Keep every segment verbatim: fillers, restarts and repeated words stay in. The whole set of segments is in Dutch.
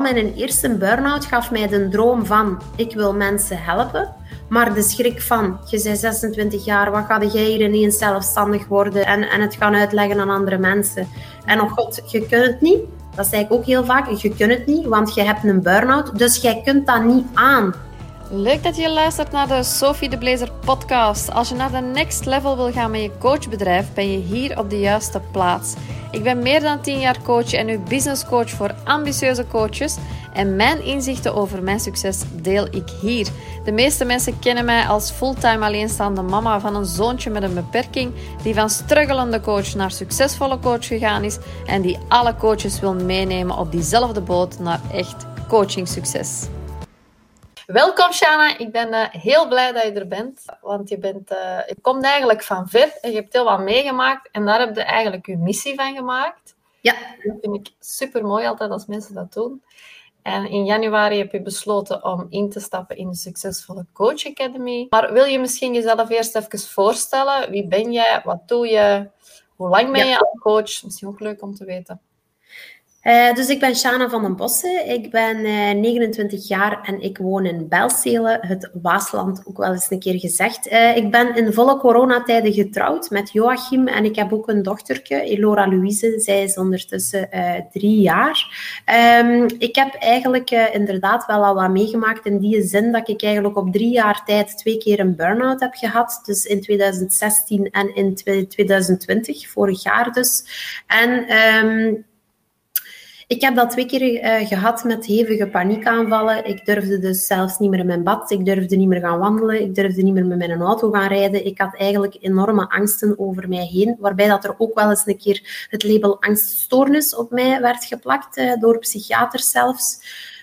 mijn eerste burn-out gaf mij de droom van ik wil mensen helpen. Maar de schrik van, je bent zesentwintig jaar, wat ga jij hier ineens zelfstandig worden en, en het gaan uitleggen aan andere mensen. En oh god, je kunt het niet. Dat zei ik ook heel vaak. Je kunt het niet, want je hebt een burn-out. Dus jij kunt dat niet aan. Leuk dat je luistert naar de Sophie de Blazer podcast. Als je naar de next level wil gaan met je coachbedrijf, ben je hier op de juiste plaats. Ik ben meer dan tien jaar coach en uw business coach voor ambitieuze coaches. En mijn inzichten over mijn succes deel ik hier. De meeste mensen kennen mij als fulltime alleenstaande mama van een zoontje met een beperking, die van struggelende coach naar succesvolle coach gegaan is en die alle coaches wil meenemen op diezelfde boot naar echt coachingsucces. Welkom Shana, ik ben uh, heel blij dat je er bent, want je, bent, uh, je komt eigenlijk van ver en je hebt heel wat meegemaakt en daar heb je eigenlijk je missie van gemaakt. Ja. Dat vind ik super mooi altijd als mensen dat doen. En in januari heb je besloten om in te stappen in de succesvolle Coach Academy. Maar wil je misschien jezelf eerst even voorstellen? Wie ben jij? Wat doe je? Hoe lang ben je ja. al coach? Misschien ook leuk om te weten. Uh, dus ik ben Shana van den Bossen. Ik ben uh, negenentwintig jaar en ik woon in Belzele, het Waasland, ook wel eens een keer gezegd. Uh, ik ben in volle coronatijden getrouwd met Joachim en ik heb ook een dochtertje, Elora Louise. Zij is ondertussen uh, drie jaar. Um, ik heb eigenlijk uh, inderdaad wel al wat meegemaakt in die zin dat ik eigenlijk op drie jaar tijd twee keer een burn-out heb gehad. Dus in twintig zestien en in twintig twintig, vorig jaar dus. En... Um, Ik heb dat twee keer uh, gehad met hevige paniekaanvallen. Ik durfde dus zelfs niet meer in mijn bad. Ik durfde niet meer gaan wandelen. Ik durfde niet meer met mijn auto gaan rijden. Ik had eigenlijk enorme angsten over mij heen. Waarbij dat er ook wel eens een keer het label angststoornis op mij werd geplakt. Uh, door psychiaters zelfs.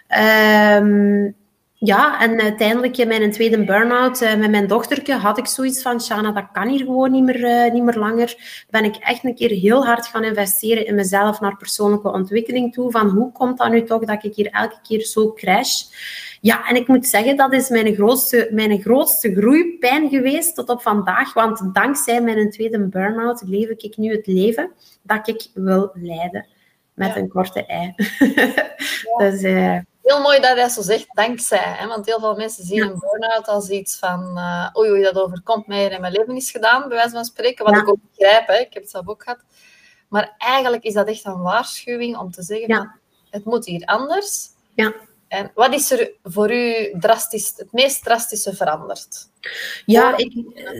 Um, Ja, en uiteindelijk in mijn tweede burn-out uh, met mijn dochtertje had ik zoiets van, Shana, dat kan hier gewoon niet meer, uh, niet meer langer. Ben ik echt een keer heel hard gaan investeren in mezelf naar persoonlijke ontwikkeling toe. Van hoe komt dat nu toch dat ik hier elke keer zo crash? Ja, en ik moet zeggen, dat is mijn grootste, mijn grootste groeipijn geweest tot op vandaag. Want dankzij mijn tweede burn-out leef ik nu het leven dat ik wil leiden. Met ja. een korte ei. Ja. Dus... Uh, Heel mooi dat hij zo zegt, dankzij. Hè? Want heel veel mensen zien ja. een burn-out als iets van... Uh, oei, oei, dat overkomt mij en mijn leven is gedaan, bij wijze van spreken. Wat ja. ik ook begrijp, hè? Ik heb het zelf ook gehad. Maar eigenlijk is dat echt een waarschuwing om te zeggen... Ja. Van, het moet hier anders. Ja. En wat is er voor u drastisch, het meest drastische veranderd? Ja, ik,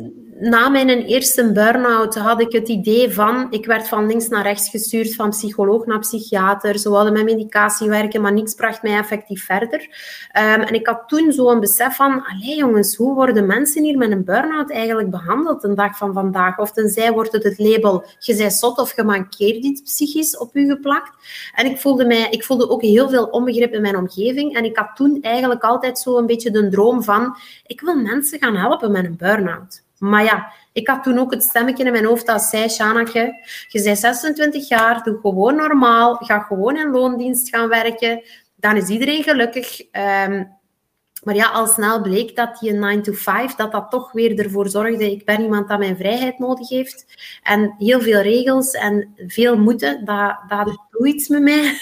na mijn eerste burn-out had ik het idee van... Ik werd van links naar rechts gestuurd, van psycholoog naar psychiater. Ze wilden met medicatie werken, maar niks bracht mij effectief verder. Um, en ik had toen zo'n besef van... Allee jongens, hoe worden mensen hier met een burn-out eigenlijk behandeld de dag van vandaag? Of tenzij wordt het het label, je bent zot of je mankeert iets psychisch op u geplakt. En ik voelde, mij, ik voelde ook heel veel onbegrip in mijn omgeving. En ik had toen eigenlijk altijd zo een beetje de droom van... Ik wil mensen gaan helpen met een burn-out. Maar ja, ik had toen ook het stemmetje in mijn hoofd dat zei, Shanake, je bent zesentwintig jaar, doe gewoon normaal, ga gewoon in loondienst gaan werken, dan is iedereen gelukkig. Um, maar ja, al snel bleek dat die nine to five, dat dat toch weer ervoor zorgde, ik ben iemand dat mijn vrijheid nodig heeft. En heel veel regels en veel moeten, dat, dat doet iets met mij.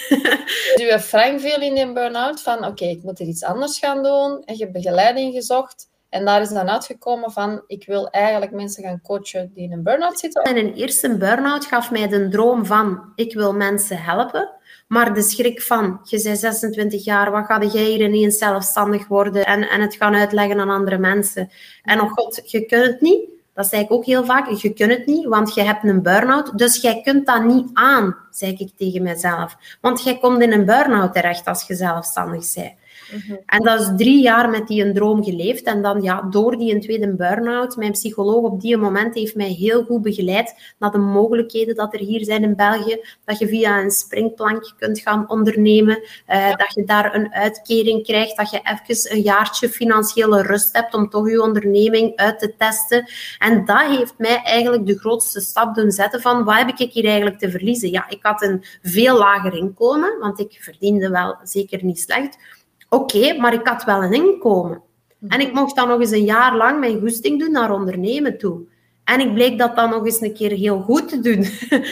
Je Frank viel in een burn-out van, oké, okay, ik moet er iets anders gaan doen. En je hebt begeleiding gezocht. En daar is dan uitgekomen van, ik wil eigenlijk mensen gaan coachen die in een burn-out zitten. Mijn eerste burn-out gaf mij de droom van, ik wil mensen helpen. Maar de schrik van, je bent zesentwintig jaar, wat ga jij hier ineens zelfstandig worden en, en het gaan uitleggen aan andere mensen. En oh god, je kunt het niet. Dat zei ik ook heel vaak. Je kunt het niet, want je hebt een burn-out. Dus jij kunt dat niet aan, zei ik tegen mezelf. Want jij komt in een burn-out terecht als je zelfstandig bent. Mm-hmm. En dat is drie jaar met die een droom geleefd. En dan ja, door die een tweede burn-out, mijn psycholoog op die moment heeft mij heel goed begeleid naar de mogelijkheden dat er hier zijn in België. Dat je via een springplank kunt gaan ondernemen. Uh, ja. Dat je daar een uitkering krijgt. Dat je even een jaartje financiële rust hebt om toch je onderneming uit te testen. En dat heeft mij eigenlijk de grootste stap doen zetten van wat heb ik hier eigenlijk te verliezen? Ja, ik had een veel lager inkomen, want ik verdiende wel zeker niet slecht. Oké, okay, maar ik had wel een inkomen. En ik mocht dan nog eens een jaar lang mijn goesting doen naar ondernemen toe. En ik bleek dat dan nog eens een keer heel goed te doen.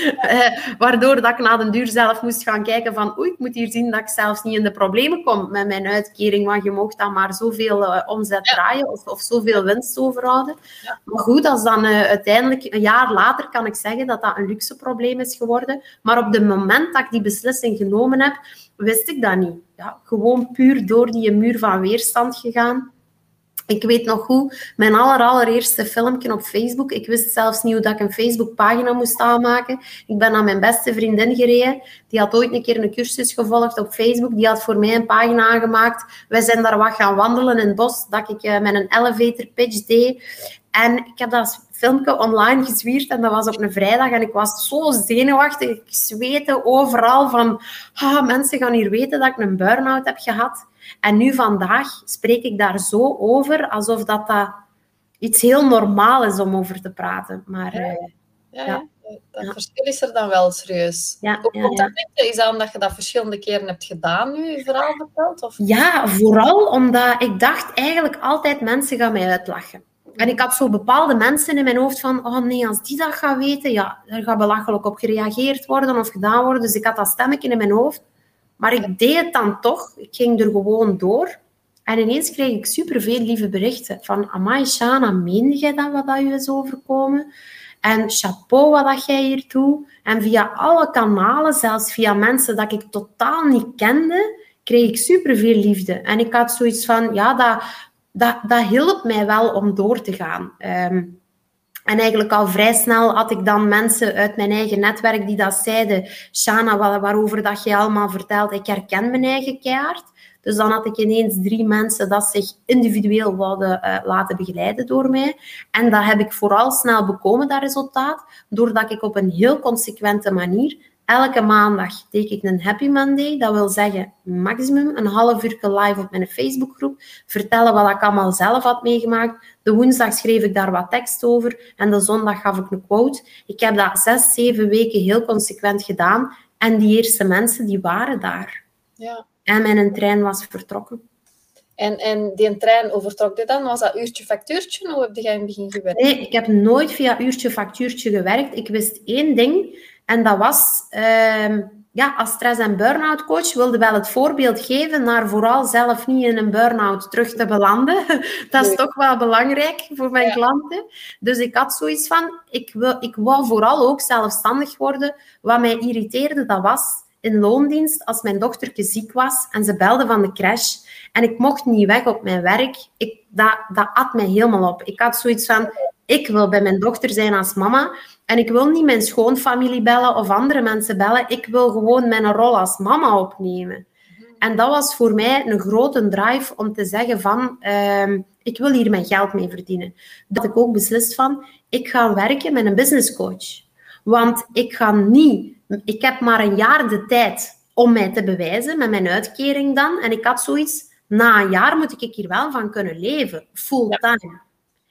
uh, waardoor dat ik na den duur zelf moest gaan kijken van oei, ik moet hier zien dat ik zelfs niet in de problemen kom met mijn uitkering, want je mocht dan maar zoveel uh, omzet ja. draaien of, of zoveel winst overhouden. Ja. Maar goed, als dan uh, uiteindelijk een jaar later kan ik zeggen dat dat een luxe probleem is geworden. Maar op het moment dat ik die beslissing genomen heb, wist ik dat niet. Ja, gewoon puur door die muur van weerstand gegaan. Ik weet nog goed, mijn aller, allereerste filmpje op Facebook. Ik wist zelfs niet hoe dat ik een Facebookpagina moest aanmaken. Ik ben naar mijn beste vriendin gereden. Die had ooit een keer een cursus gevolgd op Facebook. Die had voor mij een pagina aangemaakt. Wij zijn daar wat gaan wandelen in het bos. Dat ik uh, met een elevator pitch deed. En ik heb dat filmpje online gezwierd. En dat was op een vrijdag. En ik was zo zenuwachtig. Ik zweette overal van... Ah, mensen gaan hier weten dat ik een burn-out heb gehad. En nu vandaag spreek ik daar zo over, alsof dat, dat iets heel normaal is om over te praten. Maar, ja, uh, ja, ja. Dat ja. verschil is er dan wel serieus. Ja, Hoe komt ja, dat ja. Is dat omdat je dat verschillende keren hebt gedaan nu, je verhaal verteld? Of? Ja, vooral omdat ik dacht eigenlijk altijd mensen gaan mij uitlachen. En ik had zo bepaalde mensen in mijn hoofd van, oh nee, als die dat gaat weten, ja, er gaat belachelijk op gereageerd worden of gedaan worden. Dus ik had dat stemmetje in mijn hoofd. Maar ik deed het dan toch. Ik ging er gewoon door. En ineens kreeg ik superveel lieve berichten. Van, amai, Shana, meende jij dat wat dat je is overkomen? En chapeau wat dat jij hier doet. En via alle kanalen, zelfs via mensen dat ik totaal niet kende, kreeg ik superveel liefde. En ik had zoiets van, ja, dat, dat, dat hielp mij wel om door te gaan. Um, En eigenlijk al vrij snel had ik dan mensen uit mijn eigen netwerk die dat zeiden, Shana, waarover dat je allemaal vertelt, ik herken mijn eigen keihard. Dus dan had ik ineens drie mensen dat zich individueel wilden uh, laten begeleiden door mij. En dat heb ik vooral snel bekomen, dat resultaat, doordat ik op een heel consequente manier elke maandag deed ik een Happy Monday. Dat wil zeggen maximum een half uur live op mijn Facebookgroep. Vertellen wat ik allemaal zelf had meegemaakt. De woensdag schreef ik daar wat tekst over. En de zondag gaf ik een quote. Ik heb dat zes, zeven weken heel consequent gedaan. En die eerste mensen, die waren daar. Ja. En mijn trein was vertrokken. En, en die trein overtrok je dan? Was dat uurtje factuurtje? Hoe heb jij in het begin gewerkt? Nee, ik heb nooit via uurtje factuurtje gewerkt. Ik wist één ding... En dat was, uh, ja, als stress- en burn-out coach wilde wel het voorbeeld geven naar vooral zelf niet in een burn-out terug te belanden. Dat is nee. toch wel belangrijk voor mijn ja. klanten. Dus ik had zoiets van, ik, wil, ik wou vooral ook zelfstandig worden. Wat mij irriteerde, dat was in loondienst, als mijn dochtertje ziek was en ze belde van de crash en ik mocht niet weg op mijn werk, ik, dat, dat at mij helemaal op. Ik had zoiets van, ik wil bij mijn dochter zijn als mama en ik wil niet mijn schoonfamilie bellen of andere mensen bellen. Ik wil gewoon mijn rol als mama opnemen. En dat was voor mij een grote drive om te zeggen van, uh, ik wil hier mijn geld mee verdienen. Dat ik ook beslist van, ik ga werken met een business coach. Want ik ga niet, ik heb maar een jaar de tijd om mij te bewijzen met mijn uitkering dan. En ik had zoiets, na een jaar moet ik hier wel van kunnen leven, fulltime. Ja.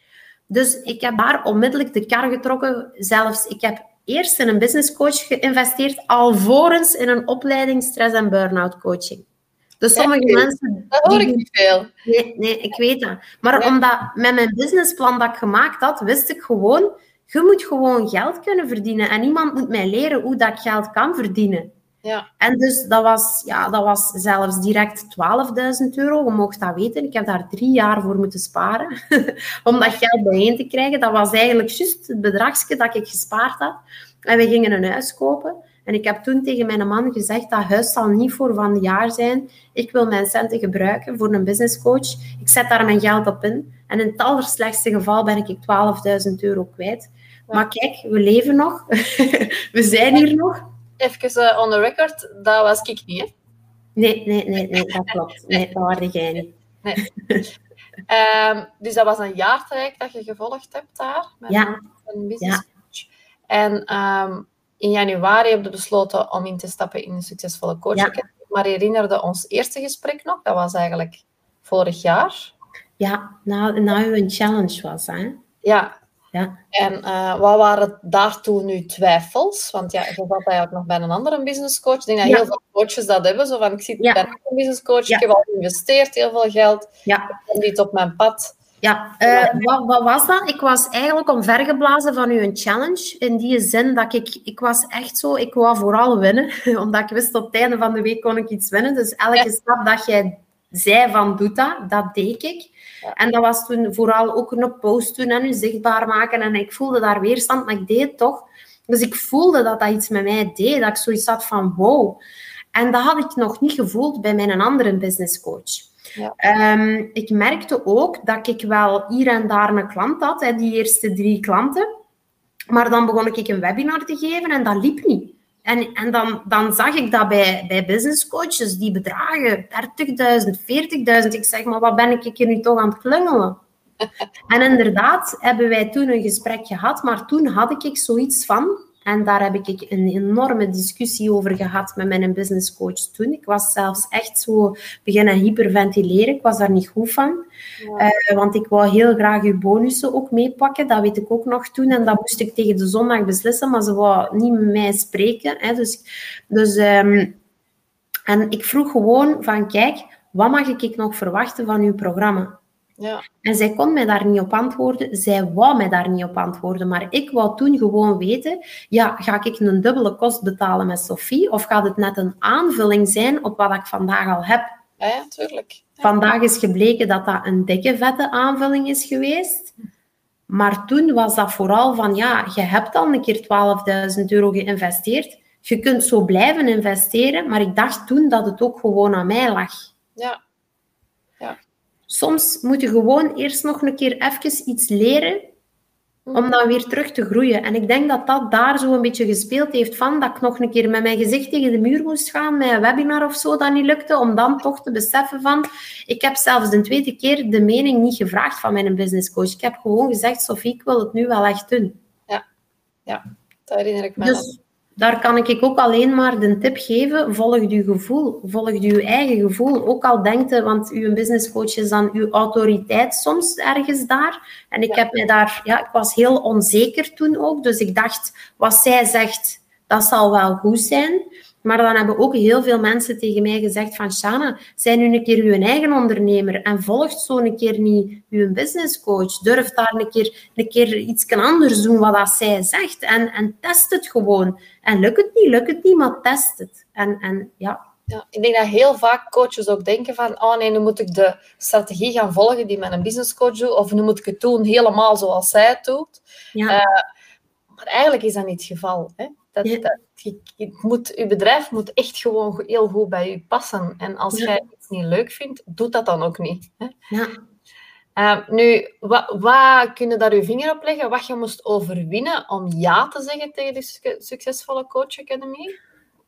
Dus ik heb daar onmiddellijk de kar getrokken. Zelfs, ik heb eerst in een business coach geïnvesteerd, alvorens in een opleiding stress- en burn-out coaching. Dus sommige ja, mensen... Dat hoor ik niet veel. Nee, nee, ik weet dat. Maar ja. omdat met mijn businessplan dat ik gemaakt had, wist ik gewoon, je moet gewoon geld kunnen verdienen. En iemand moet mij leren hoe dat ik geld kan verdienen. Ja. En dus dat was, ja, dat was zelfs direct twaalfduizend euro. Je mocht dat weten. Ik heb daar drie jaar voor moeten sparen. Om dat geld bijeen te krijgen. Dat was eigenlijk juist het bedragje dat ik gespaard had. En we gingen een huis kopen. En ik heb toen tegen mijn man gezegd, dat huis zal niet voor van het jaar zijn. Ik wil mijn centen gebruiken voor een business coach. Ik zet daar mijn geld op in. En in het allerslechtste geval ben ik twaalfduizend euro kwijt. Ja. Maar kijk, we leven nog. We zijn hier nog. Even uh, on the record, dat was ik niet, hè? Nee, nee, nee, nee, dat klopt. Nee, dat waren jij niet. Nee. um, dus dat was een jaartraject dat je gevolgd hebt daar? Met ja. een business coach. Ja. En um, in januari heb je besloten om in te stappen in een succesvolle coaching. Ja. Maar herinnerde ons eerste gesprek nog? Dat was eigenlijk vorig jaar. Ja, nou, nou een challenge was, hè? Ja. Ja. En uh, wat waren daartoe nu twijfels? Want ja, je zat eigenlijk nog bij een andere business coach. Ik denk dat ja. heel veel coaches dat hebben. Zo van, ik zit ja. bij een business coach, ja. ik heb al geïnvesteerd, heel veel geld. Ja. Ik kom niet op mijn pad. Ja, uh, wat, wat was dat? Ik was eigenlijk omvergeblazen van uw challenge. In die zin dat ik... Ik was echt zo... Ik wou vooral winnen. Omdat ik wist, op het einde van de week kon ik iets winnen. Dus elke ja. stap dat jij zei van, doe dat, dat deed ik. Ja. En dat was toen vooral ook een post doen en u zichtbaar maken. En ik voelde daar weerstand, maar ik deed het toch. Dus ik voelde dat dat iets met mij deed. Dat ik zoiets had van, wow. En dat had ik nog niet gevoeld bij mijn andere businesscoach. Ja. Um, ik merkte ook dat ik wel hier en daar een klant had, hè, die eerste drie klanten. Maar dan begon ik een webinar te geven en dat liep niet. En, en dan, dan zag ik dat bij, bij businesscoaches, die bedragen dertigduizend, veertigduizend. Ik zeg, maar wat ben ik hier nu toch aan het klungelen? En inderdaad hebben wij toen een gesprek gehad, maar toen had ik zoiets van... En daar heb ik een enorme discussie over gehad met mijn businesscoach toen. Ik was zelfs echt zo beginnen hyperventileren. Ik was daar niet goed van. Ja. Uh, want ik wou heel graag uw bonussen ook meepakken. Dat weet ik ook nog toen. En dat moest ik tegen de zondag beslissen. Maar ze wou niet met mij spreken. Hè. Dus, dus, um, en ik vroeg gewoon van, kijk, wat mag ik nog verwachten van uw programma? Ja. En zij kon mij daar niet op antwoorden. Zij wou mij daar niet op antwoorden. Maar ik wou toen gewoon weten... Ja, ga ik een dubbele kost betalen met Sophie? Of gaat het net een aanvulling zijn op wat ik vandaag al heb? Ja, tuurlijk. Ja. Vandaag is gebleken dat dat een dikke, vette aanvulling is geweest. Maar toen was dat vooral van... Ja, je hebt al een keer twaalfduizend euro geïnvesteerd. Je kunt zo blijven investeren. Maar ik dacht toen dat het ook gewoon aan mij lag. Ja. Ja. Soms moet je gewoon eerst nog een keer even iets leren om dan weer terug te groeien. En ik denk dat dat daar zo een beetje gespeeld heeft van dat ik nog een keer met mijn gezicht tegen de muur moest gaan, met een webinar of zo dat niet lukte, om dan toch te beseffen van... Ik heb zelfs de tweede keer de mening niet gevraagd van mijn businesscoach. Ik heb gewoon gezegd, Sophie, ik wil het nu wel echt doen. Ja, ja, dat herinner ik me. Dus daar kan ik ook alleen maar de tip geven, volg uw gevoel. Volg uw eigen gevoel. Ook al denkt je, want uw businesscoach is dan uw autoriteit soms ergens daar. En ik, ja. heb mij daar, ja, ik was heel onzeker toen ook. Dus ik dacht, wat zij zegt, dat zal wel goed zijn. Maar dan hebben ook heel veel mensen tegen mij gezegd van... Shana, zij nu een keer uw eigen ondernemer en volgt zo een keer niet uw businesscoach. Durf daar een keer, een keer iets anders doen wat dat zij zegt. En, en test het gewoon. En lukt het niet, lukt het niet, maar test het. En, en ja... Ja, ik denk dat heel vaak coaches ook denken van... Oh nee, nu moet ik de strategie gaan volgen die mijn businesscoach doet. Of nu moet ik het doen helemaal zoals zij het doet. Ja. Uh, maar eigenlijk is dat niet het geval, hè. Dat, ja. dat, je, je moet, je bedrijf moet echt gewoon heel goed bij je passen. En als ja. jij iets niet leuk vindt, doe dat dan ook niet. Hè? Ja. Uh, nu, wat, wat kun je daar je vinger op leggen? Wat je moest overwinnen om ja te zeggen tegen de Succesvolle Coach Academy?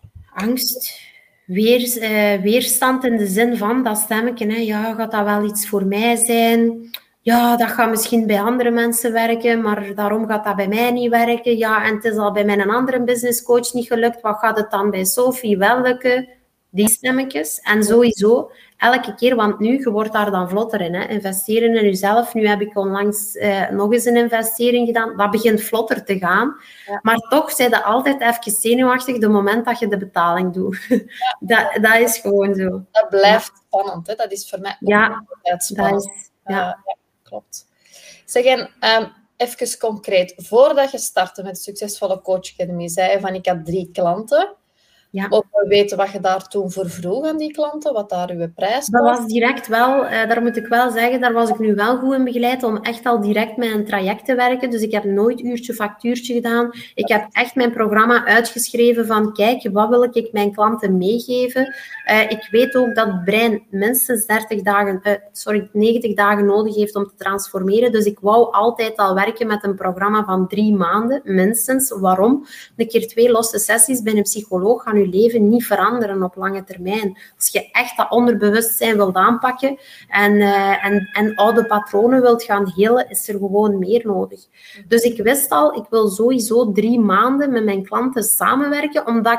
Angst. Weer, uh, weerstand in de zin van dat stemmetje. Hè, ja, gaat dat wel iets voor mij zijn? Ja, dat gaat misschien bij andere mensen werken, maar daarom gaat dat bij mij niet werken. Ja, en het is al bij mijn andere businesscoach niet gelukt. Wat gaat het dan bij Sophie wel lukken? Die stemmetjes. En sowieso, elke keer, want nu, je wordt daar dan vlotter in. Hè? Investeren in jezelf. Nu heb ik onlangs uh, nog eens een investering gedaan. Dat begint vlotter te gaan. Ja. Maar toch zijn je altijd even zenuwachtig de moment dat je de betaling doet. Ja. dat, dat is gewoon zo. Dat blijft ja. spannend. Hè? Dat is voor mij ook ja, altijd spannend. Dat is, ja. Uh, ja, klopt. Zeg, en um, even concreet. Voordat je startte met de Succesvolle Coach Academy, zei je van ik had drie klanten. Ja. Ook we weten wat je daar toen voor vroeg aan die klanten, wat daar uw prijs was. Dat was direct wel, uh, daar moet ik wel zeggen, daar was ik nu wel goed in begeleid om echt al direct met een traject te werken. Dus ik heb nooit uurtje, factuurtje gedaan. Ik heb echt mijn programma uitgeschreven van, kijk, wat wil ik mijn klanten meegeven? Uh, ik weet ook dat het brein minstens dertig dagen, uh, sorry, negentig dagen nodig heeft om te transformeren. Dus ik wou altijd al werken met een programma van drie maanden, minstens. Waarom? Een keer twee losse sessies bij een psycholoog gaan je leven niet veranderen op lange termijn. Als je echt dat onderbewustzijn wilt aanpakken en, uh, en, en oude patronen wilt gaan helen, is er gewoon meer nodig. Dus ik wist al, ik wil sowieso drie maanden met mijn klanten samenwerken, omdat ik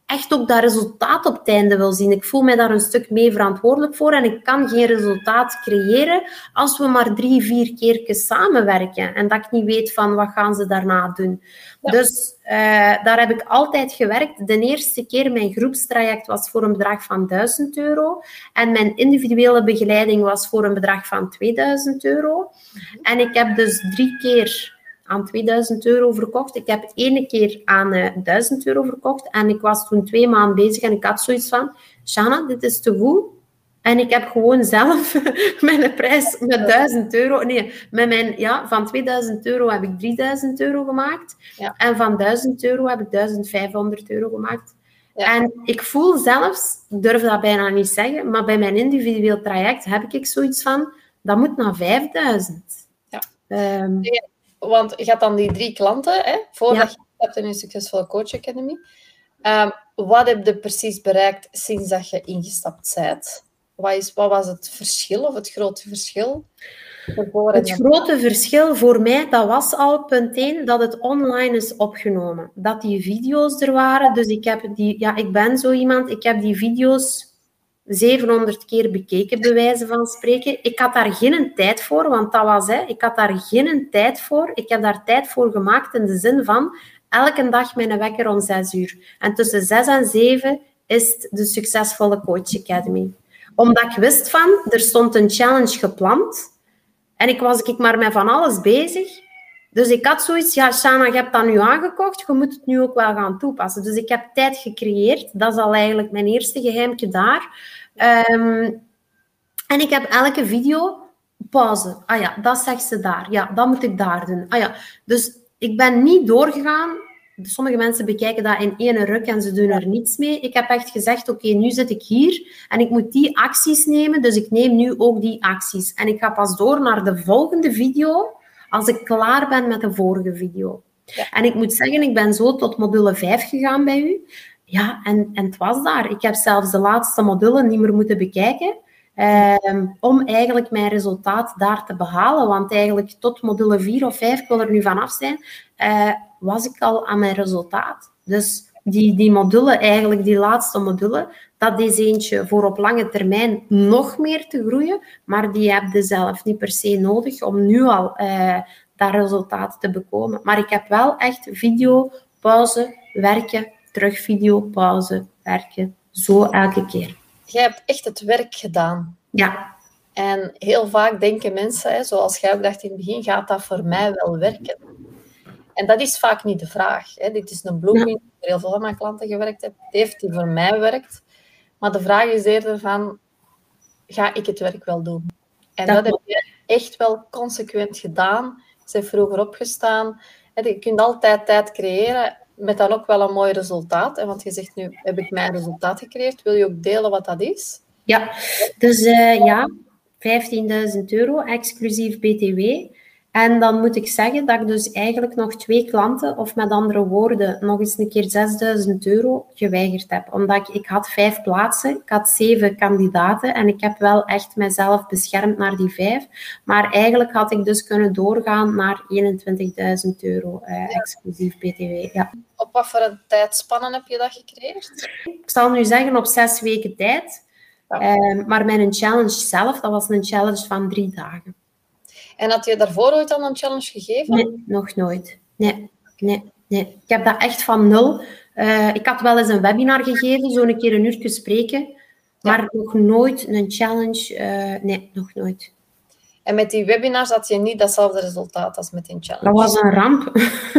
echt ook dat resultaat op het einde wil zien. Ik voel mij daar een stuk mee verantwoordelijk voor en ik kan geen resultaat creëren als we maar drie, vier keer samenwerken en dat ik niet weet van wat gaan ze daarna doen. Ja. Dus uh, daar heb ik altijd gewerkt. De eerste keer mijn groepstraject was voor een bedrag van duizend euro en mijn individuele begeleiding was voor een bedrag van tweeduizend euro. Mm-hmm. En ik heb dus drie keer aan tweeduizend euro verkocht. Ik heb het ene keer aan uh, duizend euro verkocht. En ik was toen twee maanden bezig en ik had zoiets van, Shana, dit is te goed. En ik heb gewoon zelf mijn prijs met duizend euro... Nee, met mijn, ja, van tweeduizend euro heb ik drieduizend euro gemaakt. Ja. En van duizend euro heb ik duizend vijfhonderd euro gemaakt. Ja. En ik voel zelfs, ik durf dat bijna niet zeggen, maar bij mijn individueel traject heb ik zoiets van, dat moet naar vijfduizend. Ja. Um, ja. Want je had dan die drie klanten, hè, voordat ja. je hebt in je Succesvolle Coach Academy. Um, wat heb je precies bereikt sinds dat je ingestapt bent? Wat, is, wat was het verschil, of het grote verschil? Het grote verschil voor mij, dat was al punt één, dat het online is opgenomen. Dat die video's er waren. Dus ik, heb die, ja, ik ben zo iemand, ik heb die video's zevenhonderd keer bekeken, bij wijze van spreken. Ik had daar geen tijd voor, want dat was, hè, ik had daar geen tijd voor. Ik heb daar tijd voor gemaakt in de zin van elke dag mijn wekker om zes uur. En tussen zes en zeven is het de Succesvolle Coach Academy. Omdat ik wist van, er stond een challenge gepland en ik was ik maar met van alles bezig. Dus ik had zoiets, ja, Shana, je hebt dat nu aangekocht, je moet het nu ook wel gaan toepassen. Dus ik heb tijd gecreëerd. Dat is al eigenlijk mijn eerste geheimtje daar. Um, en ik heb elke video pauze. Ah ja, dat zegt ze daar. Ja, dat moet ik daar doen. Ah ja, dus ik ben niet doorgegaan. Sommige mensen bekijken dat in één ruk en ze doen er niets mee. Ik heb echt gezegd, oké, okay, nu zit ik hier en ik moet die acties nemen, dus ik neem nu ook die acties. En ik ga pas door naar de volgende video als ik klaar ben met de vorige video. Ja. En ik moet zeggen, ik ben zo tot module vijf gegaan bij u. Ja, en, en het was daar. Ik heb zelfs de laatste module niet meer moeten bekijken, um, om eigenlijk mijn resultaat daar te behalen. Want eigenlijk tot module vier of vijf, ik wil er nu vanaf zijn, uh, was ik al aan mijn resultaat. Dus die, die module, eigenlijk die laatste module, dat is eentje voor op lange termijn nog meer te groeien, maar die heb je zelf niet per se nodig om nu al uh, dat resultaat te bekomen. Maar ik heb wel echt video, pauze, werken, terug video, pauze, werken. Zo elke keer. Jij hebt echt het werk gedaan. Ja. En heel vaak denken mensen, hè, zoals jij ook dacht in het begin, gaat dat voor mij wel werken? En dat is vaak niet de vraag. Hè. Dit is een blueprint, ja. waar heel veel van mijn klanten gewerkt heb. Het heeft die voor mij werkt. Maar de vraag is eerder van, ga ik het werk wel doen? En dat, dat heb je echt wel consequent gedaan. Ze heeft vroeger opgestaan. Je kunt altijd tijd creëren, met dan ook wel een mooi resultaat. Want je zegt, nu heb ik mijn resultaat gecreëerd. Wil je ook delen wat dat is? Ja, dus uh, ja, vijftienduizend euro, exclusief B T W. En dan moet ik zeggen dat ik dus eigenlijk nog twee klanten, of met andere woorden, nog eens een keer zesduizend euro geweigerd heb. Omdat ik, ik had vijf plaatsen, ik had zeven kandidaten en ik heb wel echt mezelf beschermd naar die vijf. Maar eigenlijk had ik dus kunnen doorgaan naar eenentwintigduizend euro, eh, exclusief B T W. Ja. Op wat voor een tijdspannen heb je dat gecreëerd? Ik zal nu zeggen op zes weken tijd. Ja. Uh, maar mijn challenge zelf, dat was een challenge van drie dagen. En had je daarvoor ooit al een challenge gegeven? Nee, nog nooit. Nee, nee, nee. Ik heb dat echt van nul. Uh, ik had wel eens een webinar gegeven, zo een keer een uurtje spreken. Maar ja. nog nooit een challenge. Uh, nee, nog nooit. En met die webinars had je niet datzelfde resultaat als met die challenge? Dat was een ramp.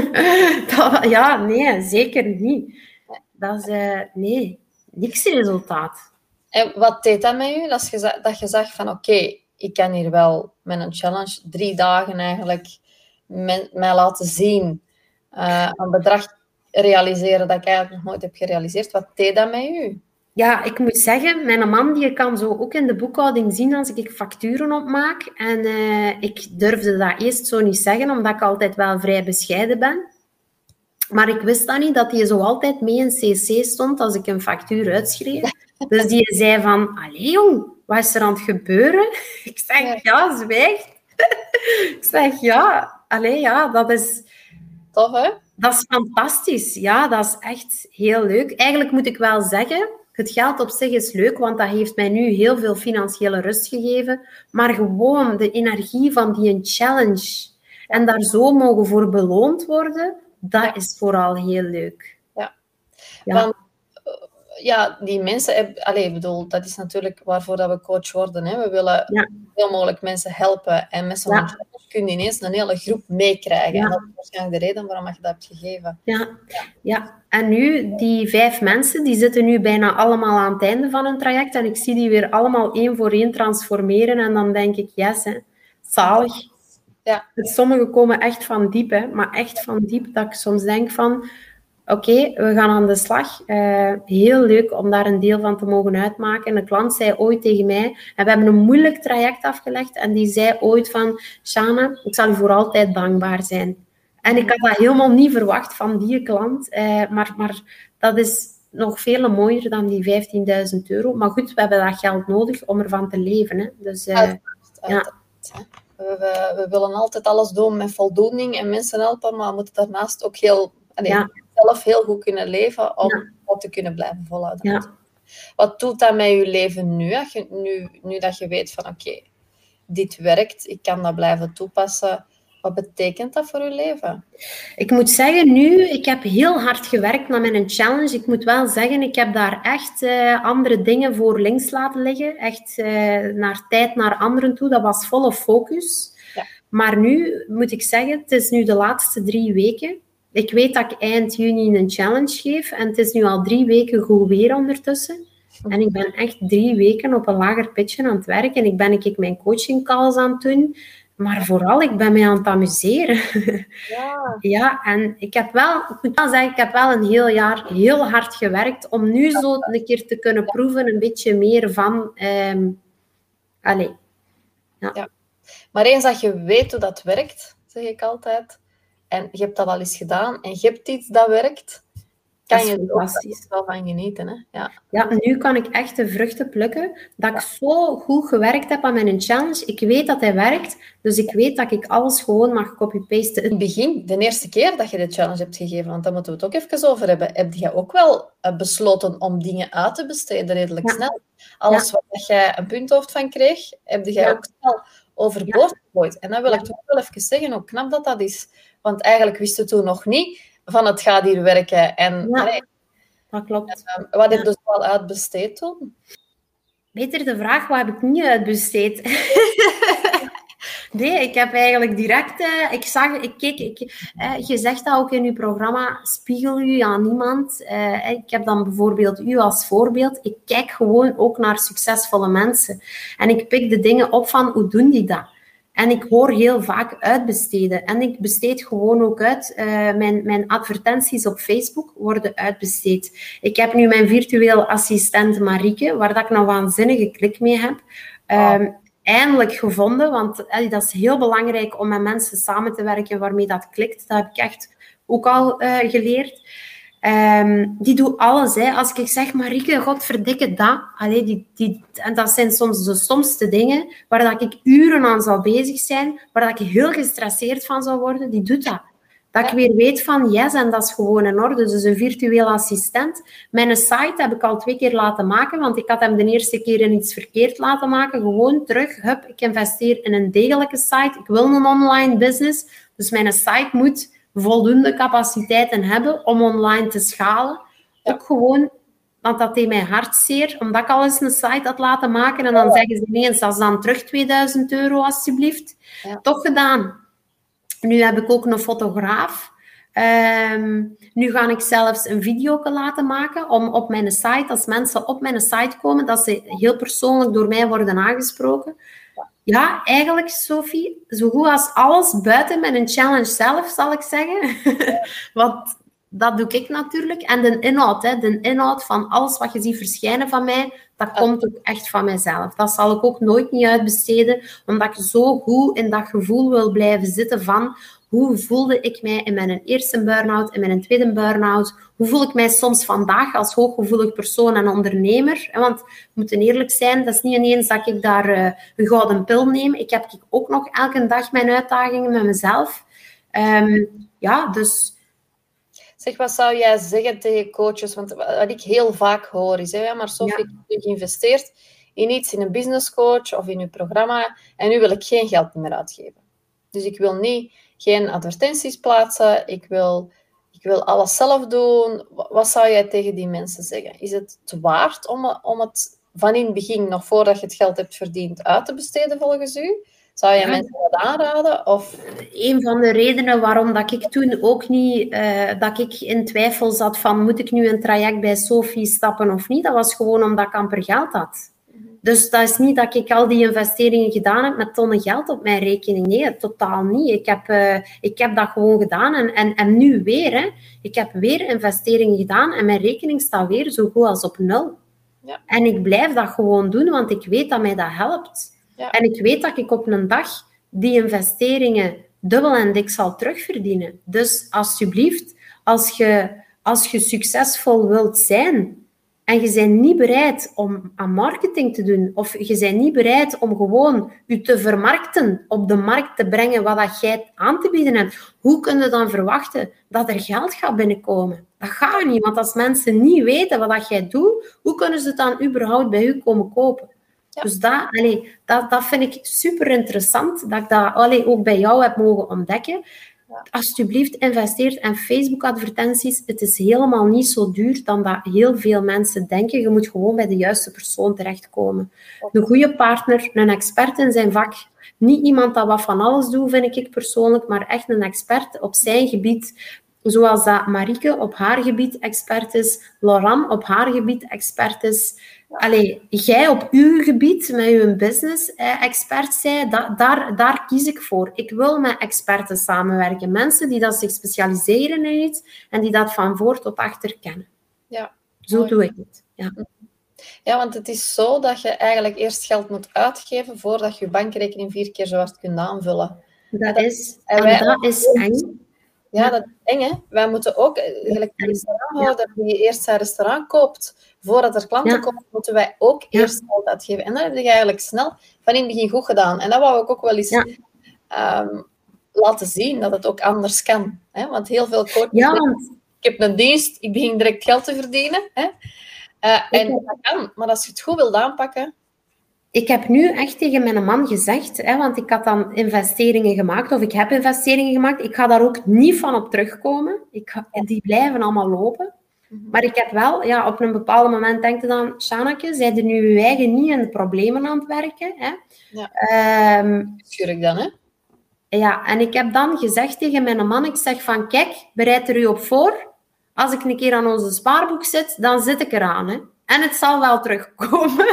dat, ja, nee, zeker niet. Dat is, uh, nee, niks resultaat. En wat deed dat met u? Dat je, dat je zag van, oké, okay, ik kan hier wel met een challenge drie dagen eigenlijk mij laten zien, uh, een bedrag realiseren dat ik eigenlijk nog nooit heb gerealiseerd. Wat deed dat met u? Ja, ik moet zeggen, mijn man die kan zo ook in de boekhouding zien als ik facturen opmaak. En uh, ik durfde dat eerst zo niet zeggen, omdat ik altijd wel vrij bescheiden ben. Maar ik wist dan niet dat hij zo altijd mee in C C stond als ik een factuur uitschreef. Dus die zei van, allee jong, wat is er aan het gebeuren? Ik zeg, ja, zwijg. Ik zeg, ja, allee, ja, dat is... Tof, hè? Dat is fantastisch. Ja, dat is echt heel leuk. Eigenlijk moet ik wel zeggen, het geld op zich is leuk, want dat heeft mij nu heel veel financiële rust gegeven. Maar gewoon de energie van die challenge en daar zo mogen voor beloond worden, dat ja. is vooral heel leuk. Ja, ja. Want ja, die mensen, heb, allez, ik bedoel, dat is natuurlijk waarvoor dat we coach worden. Hè. We willen ja. heel mogelijk mensen helpen. En met zo'n ja. kun je ineens een hele groep meekrijgen. Ja. En dat is waarschijnlijk de reden waarom je dat hebt gegeven. Ja. Ja. ja, en nu, die vijf mensen, die zitten nu bijna allemaal aan het einde van hun traject. En ik zie die weer allemaal één voor één transformeren. En dan denk ik, yes, hè, zalig. Ja. Sommigen komen echt van diep, hè, maar echt van diep. Dat ik soms denk van... Oké, okay, we gaan aan de slag. Uh, heel leuk om daar een deel van te mogen uitmaken. En de klant zei ooit tegen mij, en we hebben een moeilijk traject afgelegd, en die zei ooit van, Shana, ik zal u voor altijd dankbaar zijn. En ik had dat helemaal niet verwacht van die klant, uh, maar, maar dat is nog veel mooier dan die vijftienduizend euro. Maar goed, we hebben dat geld nodig om ervan te leven. Hè. Dus, uh, uit, uit, ja. we, we, we willen altijd alles doen met voldoening en mensen helpen, maar we moeten daarnaast ook heel... Nee, ja. zelf heel goed kunnen leven om ja. wat te kunnen blijven volhouden. Ja. Wat doet dat met je leven nu? Je, nu, nu dat je weet van oké, okay, dit werkt, ik kan dat blijven toepassen. Wat betekent dat voor je leven? Ik moet zeggen, nu, ik heb heel hard gewerkt naar mijn challenge. Ik moet wel zeggen, ik heb daar echt uh, andere dingen voor links laten liggen. Echt uh, naar tijd naar anderen toe. Dat was volle focus. Ja. Maar nu moet ik zeggen, het is nu de laatste drie weken. Ik weet dat ik eind juni een challenge geef en het is nu al drie weken goed weer ondertussen. En ik ben echt drie weken op een lager pitje aan het werken en ik ben ik mijn coaching calls aan het doen. Maar vooral, ik ben mij aan het amuseren. Ja. Ja, en ik heb wel, ik moet wel zeggen, ik heb wel een heel jaar heel hard gewerkt om nu zo een keer te kunnen proeven, een beetje meer van... Um, allez. Ja. Ja. Maar eens dat je weet hoe dat werkt, zeg ik altijd... En je hebt dat al eens gedaan en je hebt iets dat werkt, kan je er ook wel van genieten. Hè? Ja. ja, nu kan ik echt de vruchten plukken. Dat ik zo goed gewerkt heb aan mijn challenge. Ik weet dat hij werkt, dus ik weet dat ik alles gewoon mag copy-pasten. In het begin, de eerste keer dat je de challenge hebt gegeven, want daar moeten we het ook even over hebben, heb je ook wel besloten om dingen uit te besteden redelijk ja. snel. Alles ja. wat jij een punthoofd van kreeg, heb jij ja. ook snel overboord gegooid. En dat wil ja. ik toch wel even zeggen, hoe knap dat dat is. Want eigenlijk wisten we toen nog niet van het gaat hier werken. En, ja, allee, dat klopt. En, wat heb je ja. dus wel uitbesteed toen? Beter de vraag, wat heb ik niet uitbesteed? Nee, ik heb eigenlijk direct... Uh, ik zag, ik keek... Ik, uh, je zegt dat ook in uw programma, spiegel u aan niemand. Uh, ik heb dan bijvoorbeeld u als voorbeeld. Ik kijk gewoon ook naar succesvolle mensen. En ik pik de dingen op van, hoe doen die dat? En ik hoor heel vaak uitbesteden. En ik besteed gewoon ook uit. Uh, mijn, mijn advertenties op Facebook worden uitbesteed. Ik heb nu mijn virtueel assistent Marieke, waar dat ik een waanzinnige klik mee heb. Um, oh. Eindelijk gevonden, want uh, dat is heel belangrijk om met mensen samen te werken waarmee dat klikt. Dat heb ik echt ook al uh, geleerd. Um, die doet alles. Hè. Als ik zeg, Marieke, godverdikke dat. Allee, die, die, en dat zijn soms de stomste dingen waar dat ik uren aan zal bezig zijn, waar dat ik heel gestresseerd van zou worden. Die doet dat. Dat ik weer weet van, yes, en dat is gewoon in orde. Dus een virtueel assistent. Mijn site heb ik al twee keer laten maken, want ik had hem de eerste keer in iets verkeerd laten maken. Gewoon terug, hup, ik investeer in een degelijke site. Ik wil een online business. Dus mijn site moet voldoende capaciteiten hebben om online te schalen. Ja. Ook gewoon, want dat deed mij hartzeer, omdat ik al eens een site had laten maken en dan oh. zeggen ze ineens, dat is dan terug tweeduizend euro alsjeblieft. Ja. Toch gedaan. Nu heb ik ook een fotograaf. Um, nu ga ik zelfs een video laten maken om op mijn site, als mensen op mijn site komen, dat ze heel persoonlijk door mij worden aangesproken. Ja, eigenlijk, Sophie, zo goed als alles buiten mijn challenge zelf, zal ik zeggen. Want dat doe ik natuurlijk. En de inhoud, hè, de inhoud van alles wat je ziet verschijnen van mij, dat komt ook echt van mijzelf. Dat zal ik ook nooit niet uitbesteden, omdat ik zo goed in dat gevoel wil blijven zitten van hoe voelde ik mij in mijn eerste burn-out, in mijn tweede burn-out? Hoe voel ik mij soms vandaag als hooggevoelig persoon en ondernemer? Want we moeten eerlijk zijn, dat is niet ineens dat ik daar uh, een gouden pil neem. Ik heb ook nog elke dag mijn uitdagingen met mezelf. Um, ja, dus... Zeg, wat zou jij zeggen tegen coaches? Want wat ik heel vaak hoor is, hè, ja, maar Sophie, ja. ik heb geïnvesteerd in iets, in een business coach of in uw programma, en nu wil ik geen geld meer uitgeven. Dus ik wil niet, geen advertenties plaatsen, ik wil, ik wil alles zelf doen. Wat zou jij tegen die mensen zeggen? Is het te waard om, om het van in het begin, nog voordat je het geld hebt verdiend, uit te besteden volgens u? Zou je ja. mensen dat aanraden? Of? Een van de redenen waarom dat ik toen ook niet, uh, dat ik in twijfel zat van, moet ik nu een traject bij Sophie stappen of niet? Dat was gewoon omdat ik amper geld had. Mm-hmm. Dus dat is niet dat ik al die investeringen gedaan heb met tonnen geld op mijn rekening. Nee, totaal niet. Ik heb, uh, ik heb dat gewoon gedaan. En, en, en nu weer, hè. Ik heb weer investeringen gedaan en mijn rekening staat weer zo goed als op nul. Ja. En ik blijf dat gewoon doen, want ik weet dat mij dat helpt. Ja. En ik weet dat ik op een dag die investeringen dubbel en dik zal terugverdienen. Dus alsjeblieft, als je, als je succesvol wilt zijn en je bent niet bereid om aan marketing te doen of je bent niet bereid om gewoon je te vermarkten, op de markt te brengen wat dat jij aan te bieden hebt, hoe kun je dan verwachten dat er geld gaat binnenkomen? Dat gaat niet, want als mensen niet weten wat dat jij doet, hoe kunnen ze het dan überhaupt bij u komen kopen? Ja. Dus dat, allee, dat, dat vind ik super interessant, dat ik dat allee, ook bij jou heb mogen ontdekken. Ja. Alsjeblieft, investeer in Facebook-advertenties. Het is helemaal niet zo duur dan dat heel veel mensen denken. Je moet gewoon bij de juiste persoon terechtkomen. Een goede partner, een expert in zijn vak. Niet iemand dat wat van alles doet, vind ik persoonlijk, maar echt een expert op zijn gebied. Zoals dat Marieke op haar gebied expert is, Laurent op haar gebied expert is. Allee, jij op uw gebied, met uw business eh, expert zijn, da, daar, daar kies ik voor. Ik wil met experten samenwerken. Mensen die dat zich specialiseren in iets en die dat van voor tot achter kennen. Ja. Zo mooi. Doe ik het. Ja. Ja, want het is zo dat je eigenlijk eerst geld moet uitgeven voordat je je bankrekening vier keer zo hard kunt aanvullen. Dat is, en wij, dat is eng. Ja, dat is eng, hè. Wij moeten ook, gelijk een restauranthouder die eerst zijn restaurant koopt, voordat er klanten ja. komen, moeten wij ook ja. eerst geld uitgeven. En dat heb je eigenlijk snel van in het begin goed gedaan. En dat wou ik ook wel eens ja. um, laten zien, dat het ook anders kan. Hè? Want heel veel coaches ja, zeggen, ik heb een dienst, ik begin direct geld te verdienen. Hè? Uh, en heb... dat kan, maar als je het goed wilt aanpakken... Ik heb nu echt tegen mijn man gezegd, hè, want ik had dan investeringen gemaakt, of ik heb investeringen gemaakt, ik ga daar ook niet van op terugkomen. Ik ga, die blijven allemaal lopen. Mm-hmm. Maar ik heb wel, ja, op een bepaald moment denk je dan, Sjaneke, zijn er nu je eigen niet in de problemen aan het werken? Hè? Ja. Um, Schurk dan, hè? Ja, en ik heb dan gezegd tegen mijn man, ik zeg van, kijk, bereid er u op voor. Als ik een keer aan onze spaarboek zit, dan zit ik eraan, hè. En het zal wel terugkomen.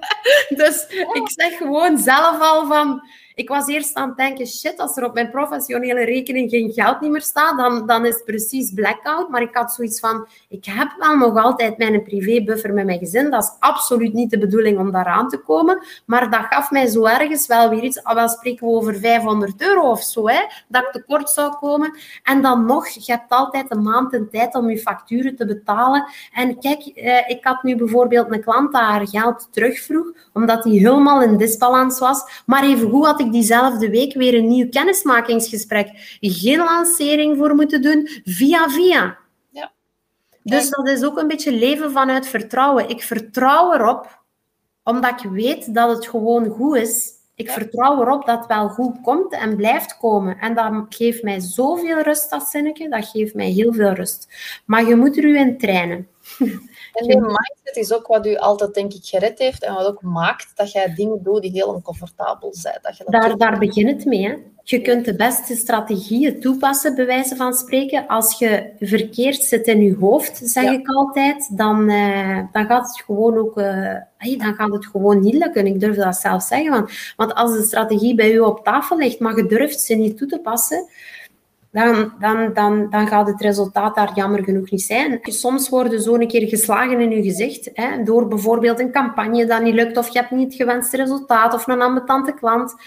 Dus ik zeg gewoon zelf al van... Ik was eerst aan het denken, shit, als er op mijn professionele rekening geen geld niet meer staat, dan, dan is het precies blackout. Maar ik had zoiets van, ik heb wel nog altijd mijn privébuffer met mijn gezin. Dat is absoluut niet de bedoeling om daaraan te komen. Maar dat gaf mij zo ergens wel weer iets. Al wel spreken we over vijfhonderd euro of zo, hè, dat ik tekort zou komen. En dan nog, je hebt altijd een maand de tijd om je facturen te betalen. En kijk, eh, ik had nu bijvoorbeeld een klant dat haar geld terugvroeg, omdat die helemaal in disbalans was. Maar evengoed had ik diezelfde week weer een nieuw kennismakingsgesprek. Geen lancering voor moeten doen, via via. Ja. Dus dat is ook een beetje leven vanuit vertrouwen. Ik vertrouw erop, omdat ik weet dat het gewoon goed is. Ik ja. vertrouw erop dat het wel goed komt en blijft komen. En dat geeft mij zoveel rust, dat zinnetje. Dat geeft mij heel veel rust. Maar je moet er u in trainen. En die mindset is ook wat u altijd, denk ik, gered heeft en wat ook maakt dat jij dingen doet die heel oncomfortabel zijn. Dat je dat daar, daar begint het mee. Hè? Je kunt de beste strategieën toepassen, bij wijze van spreken. Als je verkeerd zit in je hoofd, zeg ja. ik altijd, dan, uh, dan gaat het gewoon ook... Uh, hey, dan gaat het gewoon niet lukken. Ik durf dat zelf zeggen. Want, want als de strategie bij u op tafel ligt, maar je durft ze niet toe te passen... Dan, dan, dan, dan gaat het resultaat daar jammer genoeg niet zijn. Soms worden zo een keer geslagen in je gezicht, hè, door bijvoorbeeld een campagne dat niet lukt, of je hebt niet het gewenste resultaat, of een ambetante klant.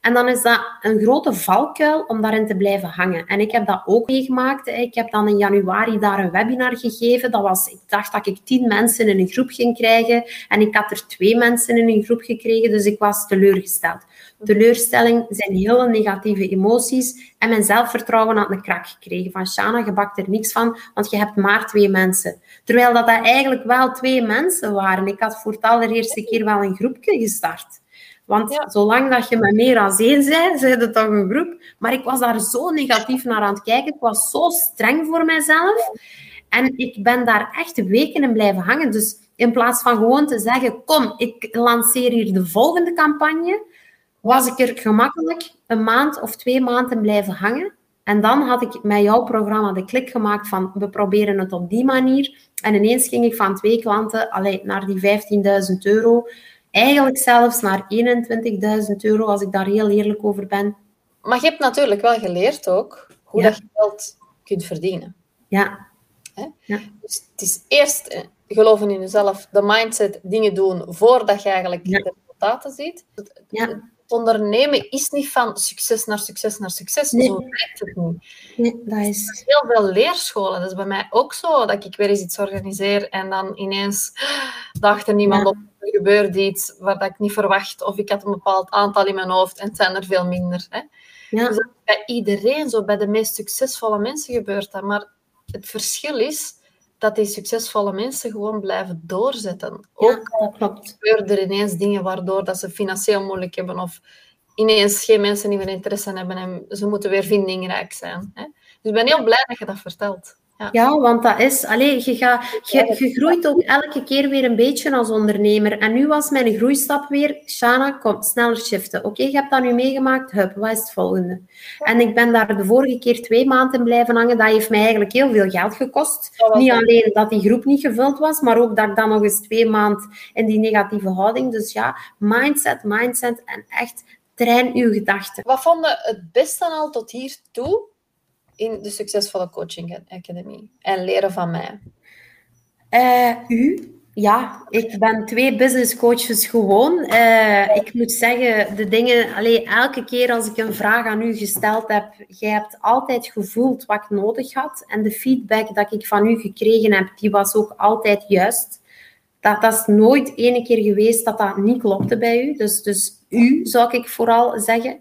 En dan is dat een grote valkuil om daarin te blijven hangen. En ik heb dat ook meegemaakt. Ik heb dan in januari daar een webinar gegeven. Dat was, ik dacht dat ik tien mensen in een groep ging krijgen. En ik had er twee mensen in een groep gekregen. Dus ik was teleurgesteld. Teleurstelling zijn hele negatieve emoties. En mijn zelfvertrouwen had een krak gekregen. Van Shana, je bakt er niks van, want je hebt maar twee mensen. Terwijl dat, dat eigenlijk wel twee mensen waren. Ik had voor het allereerste keer wel een groepje gestart. Want ja. zolang dat je met meer dan één zei, zei het toch een groep. Maar ik was daar zo negatief naar aan het kijken. Ik was zo streng voor mezelf. En ik ben daar echt weken in blijven hangen. Dus in plaats van gewoon te zeggen, kom, ik lanceer hier de volgende campagne, was ik er gemakkelijk een maand of twee maanden blijven hangen. En dan had ik met jouw programma de klik gemaakt van, we proberen het op die manier. En ineens ging ik van twee klanten allee, naar die vijftienduizend euro. Eigenlijk zelfs naar eenentwintigduizend euro, als ik daar heel eerlijk over ben. Maar je hebt natuurlijk wel geleerd ook hoe ja. dat je geld kunt verdienen. Ja. Hè? Ja. Dus het is eerst geloven in jezelf, de mindset, dingen doen voordat je eigenlijk ja. de resultaten ziet. Het, ja. het ondernemen is niet van succes naar succes naar succes. Nee. Zo werkt het niet. Nee, dat is... Er zijn heel veel leerscholen. Dat is bij mij ook zo, dat ik weer eens iets organiseer en dan ineens dacht er niemand ja. op. Er gebeurt iets waar dat ik niet verwacht, of ik had een bepaald aantal in mijn hoofd en het zijn er veel minder. Hè? Ja. Dus dat is bij iedereen zo, bij de meest succesvolle mensen gebeurt dat. Maar het verschil is dat die succesvolle mensen gewoon blijven doorzetten. Ook ja, dat klopt. gebeuren er ineens dingen waardoor dat ze financieel moeilijk hebben of ineens geen mensen die meer interesse hebben en ze moeten weer vindingrijk zijn. Hè? Dus ik ben heel blij dat je dat vertelt. Ja. ja, want dat is... Allez, je, ga, je, je groeit ook elke keer weer een beetje als ondernemer. En nu was mijn groeistap weer... Shana, kom, sneller shiften. Oké, okay, je hebt dat nu meegemaakt. Hup, wat is het volgende? En ik ben daar de vorige keer twee maanden blijven hangen. Dat heeft mij eigenlijk heel veel geld gekost. Niet alleen dat die groep niet gevuld was, maar ook dat ik dan nog eens twee maanden in die negatieve houding... Dus ja, mindset, mindset en echt train uw gedachten. Wat vond je het beste al tot hier toe in de Succesvolle Coaching Academy en leren van mij? Uh, u? Ja, ik ben twee business coaches gewoon. Uh, ik moet zeggen, de dingen... Allee, elke keer als ik een vraag aan u gesteld heb, jij hebt altijd gevoeld wat ik nodig had. En de feedback dat ik van u gekregen heb, die was ook altijd juist. Dat, dat is nooit ene keer geweest dat dat niet klopte bij u. Dus, dus u, zou ik vooral zeggen.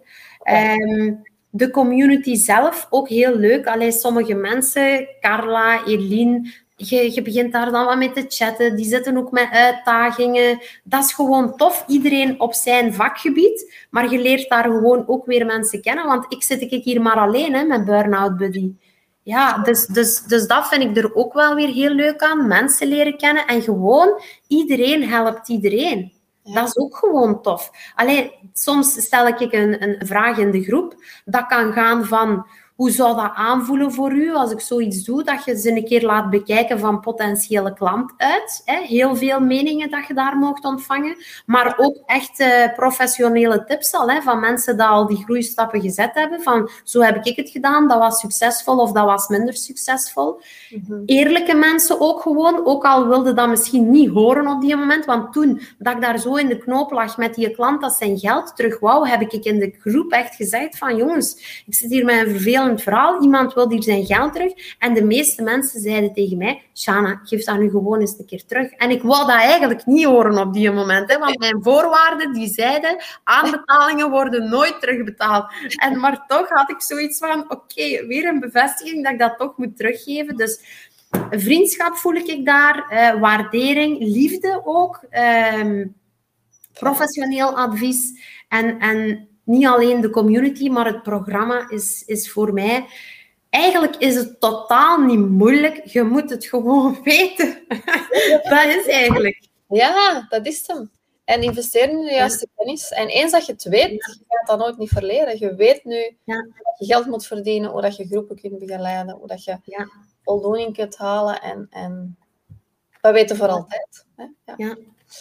Um, De community zelf, ook heel leuk. Allee, sommige mensen, Carla, Eline, je, je begint daar dan wat mee te chatten. Die zitten ook met uitdagingen. Dat is gewoon tof. Iedereen op zijn vakgebied. Maar je leert daar gewoon ook weer mensen kennen. Want ik zit ik hier maar alleen, hè, met Burnout Buddy. Ja, dus, dus, dus dat vind ik er ook wel weer heel leuk aan. Mensen leren kennen. En gewoon, iedereen helpt iedereen. Ja. Dat is ook gewoon tof. Allee, soms stel ik een, een vraag in de groep. Dat kan gaan van, hoe zou dat aanvoelen voor u als ik zoiets doe? Dat je ze een keer laat bekijken van potentiële klant uit. Hè? Heel veel meningen dat je daar mocht ontvangen. Maar ook echt uh, professionele tips al. Hè? Van mensen die al die groeistappen gezet hebben. Van, zo heb ik het gedaan. Dat was succesvol of dat was minder succesvol. Mm-hmm. Eerlijke mensen ook gewoon. Ook al wilde dat misschien niet horen op die moment. Want toen dat ik daar zo in de knoop lag met die klant dat zijn geld terug wou, heb ik in de groep echt gezegd van, jongens, ik zit hier met een vervelend verhaal. Iemand wil hier zijn geld terug. En de meeste mensen zeiden tegen mij, Shana, geef dat nu gewoon eens een keer terug. En ik wou dat eigenlijk niet horen op die moment. Hè, want mijn voorwaarden, die zeiden, aanbetalingen worden nooit terugbetaald. En maar toch had ik zoiets van, oké, okay, weer een bevestiging dat ik dat toch moet teruggeven. Dus vriendschap voel ik daar, uh, waardering, liefde ook, uh, professioneel advies en... en niet alleen de community, maar het programma is, is voor mij... Eigenlijk is het totaal niet moeilijk. Je moet het gewoon weten. Dat is eigenlijk. Ja, dat is hem. En investeren in de juiste ja. kennis. En eens dat je het weet, ja. je gaat dat nooit niet verleren. Je weet nu ja. dat je geld moet verdienen, hoe dat je groepen kunt begeleiden, hoe dat je ja. voldoening kunt halen. En, en dat weten voor altijd. Hè? Ja. Ja.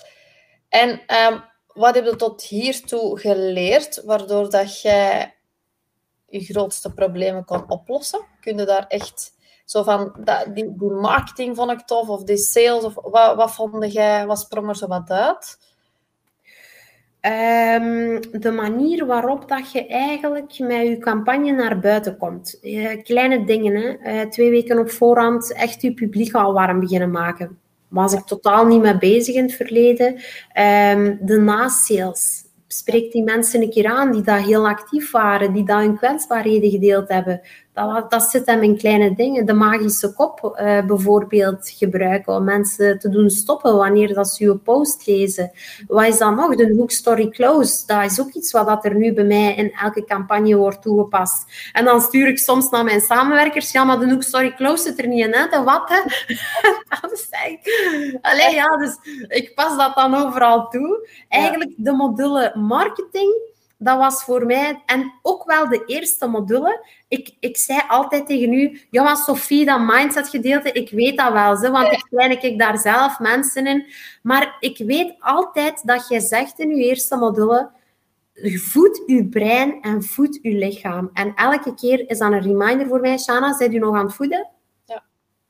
En... Um, wat heb je tot hiertoe geleerd, waardoor dat jij je grootste problemen kon oplossen? Kun je daar echt zo van, dat, die, die marketing vond ik tof, of die sales, of wat, wat vond jij, wat sprong er zo wat uit? Um, de manier waarop dat je eigenlijk met je campagne naar buiten komt. Uh, kleine dingen, hè. Uh, twee weken op voorhand echt je publiek al warm beginnen maken. Daar was ik totaal niet mee bezig in het verleden. Um, de na-sales. Spreek die mensen een keer aan die daar heel actief waren, die daar hun kwetsbaarheden gedeeld hebben. Dat, dat zit hem in kleine dingen. De magische kop uh, bijvoorbeeld gebruiken om mensen te doen stoppen wanneer dat ze je post lezen. Wat is dan nog? De hook story close. Dat is ook iets wat dat er nu bij mij in elke campagne wordt toegepast. En dan stuur ik soms naar mijn samenwerkers, ja, maar de hook story close zit er niet in, hè? De wat, hè? Dat is echt... Allee, ja, dus ik pas dat dan overal toe. Eigenlijk de module marketing, dat was voor mij, en ook wel de eerste module. Ik, ik zei altijd tegen u, ja, maar Sophie, dat mindset gedeelte, ik weet dat wel, hè, want ik train ik daar zelf mensen in. Maar ik weet altijd dat jij zegt in je eerste module, voed je brein en voed je lichaam. En elke keer is dat een reminder voor mij, Shana, zijn u nog aan het voeden? Ja.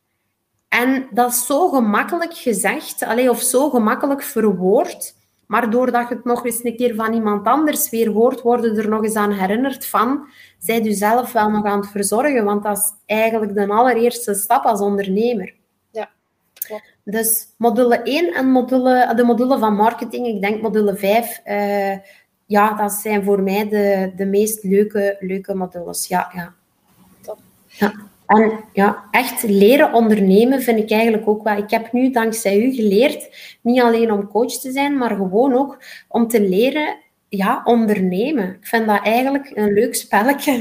En dat is zo gemakkelijk gezegd, allee, of zo gemakkelijk verwoord. Maar doordat je het nog eens een keer van iemand anders weer hoort, worden er nog eens aan herinnerd van, zij u zelf wel nog aan het verzorgen, want dat is eigenlijk de allereerste stap als ondernemer. Ja, klopt. Dus module één en module, de module van marketing, ik denk module vijf, uh, ja, dat zijn voor mij de, de meest leuke, leuke modules. Ja, ja. Top. Ja. En ja, echt leren ondernemen vind ik eigenlijk ook wel. Ik heb nu dankzij u geleerd, niet alleen om coach te zijn, maar gewoon ook om te leren ja, ondernemen. Ik vind dat eigenlijk een leuk spelletje.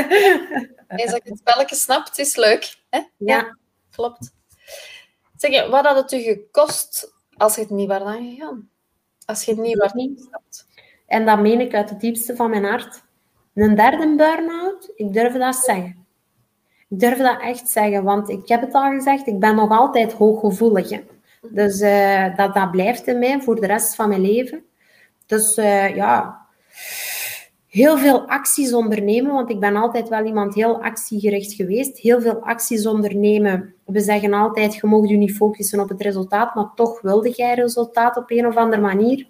Eens dat je het spelletje snapt, is leuk. Hè? Ja. Ja, klopt. Zeg, wat had het u gekost als je het niet was aangegaan? Als je het niet was ingestapt? En dat meen ik uit het diepste van mijn hart. Een derde burn-out, ik durf dat zeggen. Ik durf dat echt zeggen, want ik heb het al gezegd, ik ben nog altijd hooggevoelig. Hè. Dus uh, dat, dat blijft in mij voor de rest van mijn leven. Dus uh, ja, heel veel acties ondernemen, want ik ben altijd wel iemand heel actiegericht geweest. Heel veel acties ondernemen. We zeggen altijd, je mag je niet focussen op het resultaat, maar toch wilde jij resultaat op een of andere manier.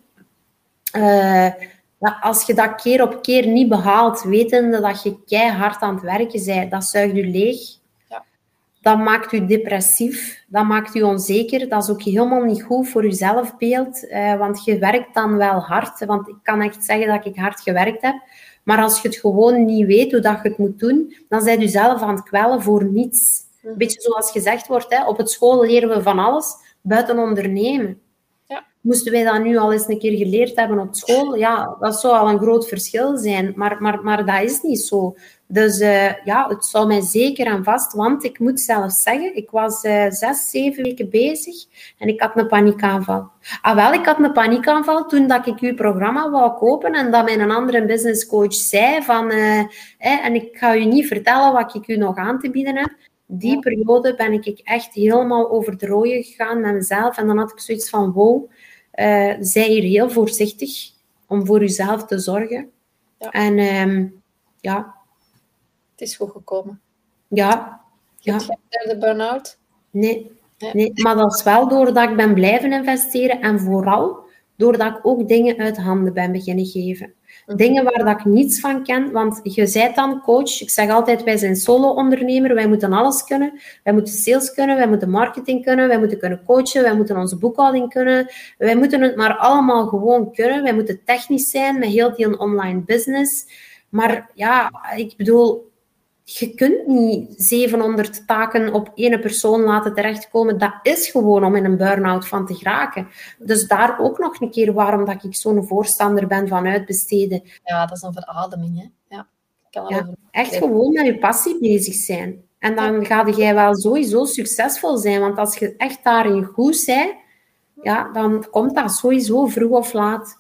Uh, Ja, als je dat keer op keer niet behaalt, wetende dat je keihard aan het werken bent, dat zuigt je leeg. Ja. Dat maakt je depressief, dat maakt je onzeker. Dat is ook helemaal niet goed voor je zelfbeeld, eh, want je werkt dan wel hard. Want ik kan echt zeggen dat ik hard gewerkt heb. Maar als je het gewoon niet weet hoe dat je het moet doen, dan ben je zelf aan het kwellen voor niets. Een beetje zoals gezegd wordt, hè, op het school leren we van alles, buiten ondernemen. Moesten wij dat nu al eens een keer geleerd hebben op school? Ja, dat zou al een groot verschil zijn. Maar, maar, maar dat is niet zo. Dus uh, ja, het zou mij zeker en vast... Want ik moet zelf zeggen, ik was uh, zes, zeven weken bezig en ik had een paniekaanval. Ah wel, ik had een paniekaanval toen dat ik uw programma wou kopen en dat mijn andere businesscoach zei van... Uh, eh, en ik ga u niet vertellen wat ik u nog aan te bieden heb. Die periode ben ik echt helemaal over de rooien gegaan met mezelf. En dan had ik zoiets van, wow... Uh, zij hier heel voorzichtig om voor uzelf te zorgen. Ja. En um, ja. Het is goed gekomen. Ja. Je ja. hebt geen derde burn-out? Nee. Ja. nee. Maar dat is wel doordat ik ben blijven investeren en vooral doordat ik ook dingen uit handen ben beginnen geven. Mm-hmm. Dingen waar dat ik niets van ken, want je bent dan coach. Ik zeg altijd, wij zijn solo-ondernemer, wij moeten alles kunnen. Wij moeten sales kunnen, wij moeten marketing kunnen, wij moeten kunnen coachen, wij moeten onze boekhouding kunnen. Wij moeten het maar allemaal gewoon kunnen. Wij moeten technisch zijn met heel die online business. Maar ja, ik bedoel... Je kunt niet zevenhonderd taken op één persoon laten terechtkomen. Dat is gewoon om in een burn-out van te geraken. Dus daar ook nog een keer waarom dat ik zo'n voorstander ben van uitbesteden. Ja, dat is een verademing, hè? Ja, kan ja, echt gewoon met je passie bezig zijn. En dan ga jij wel sowieso succesvol zijn. Want als je echt daarin goed bent, ja, dan komt dat sowieso vroeg of laat.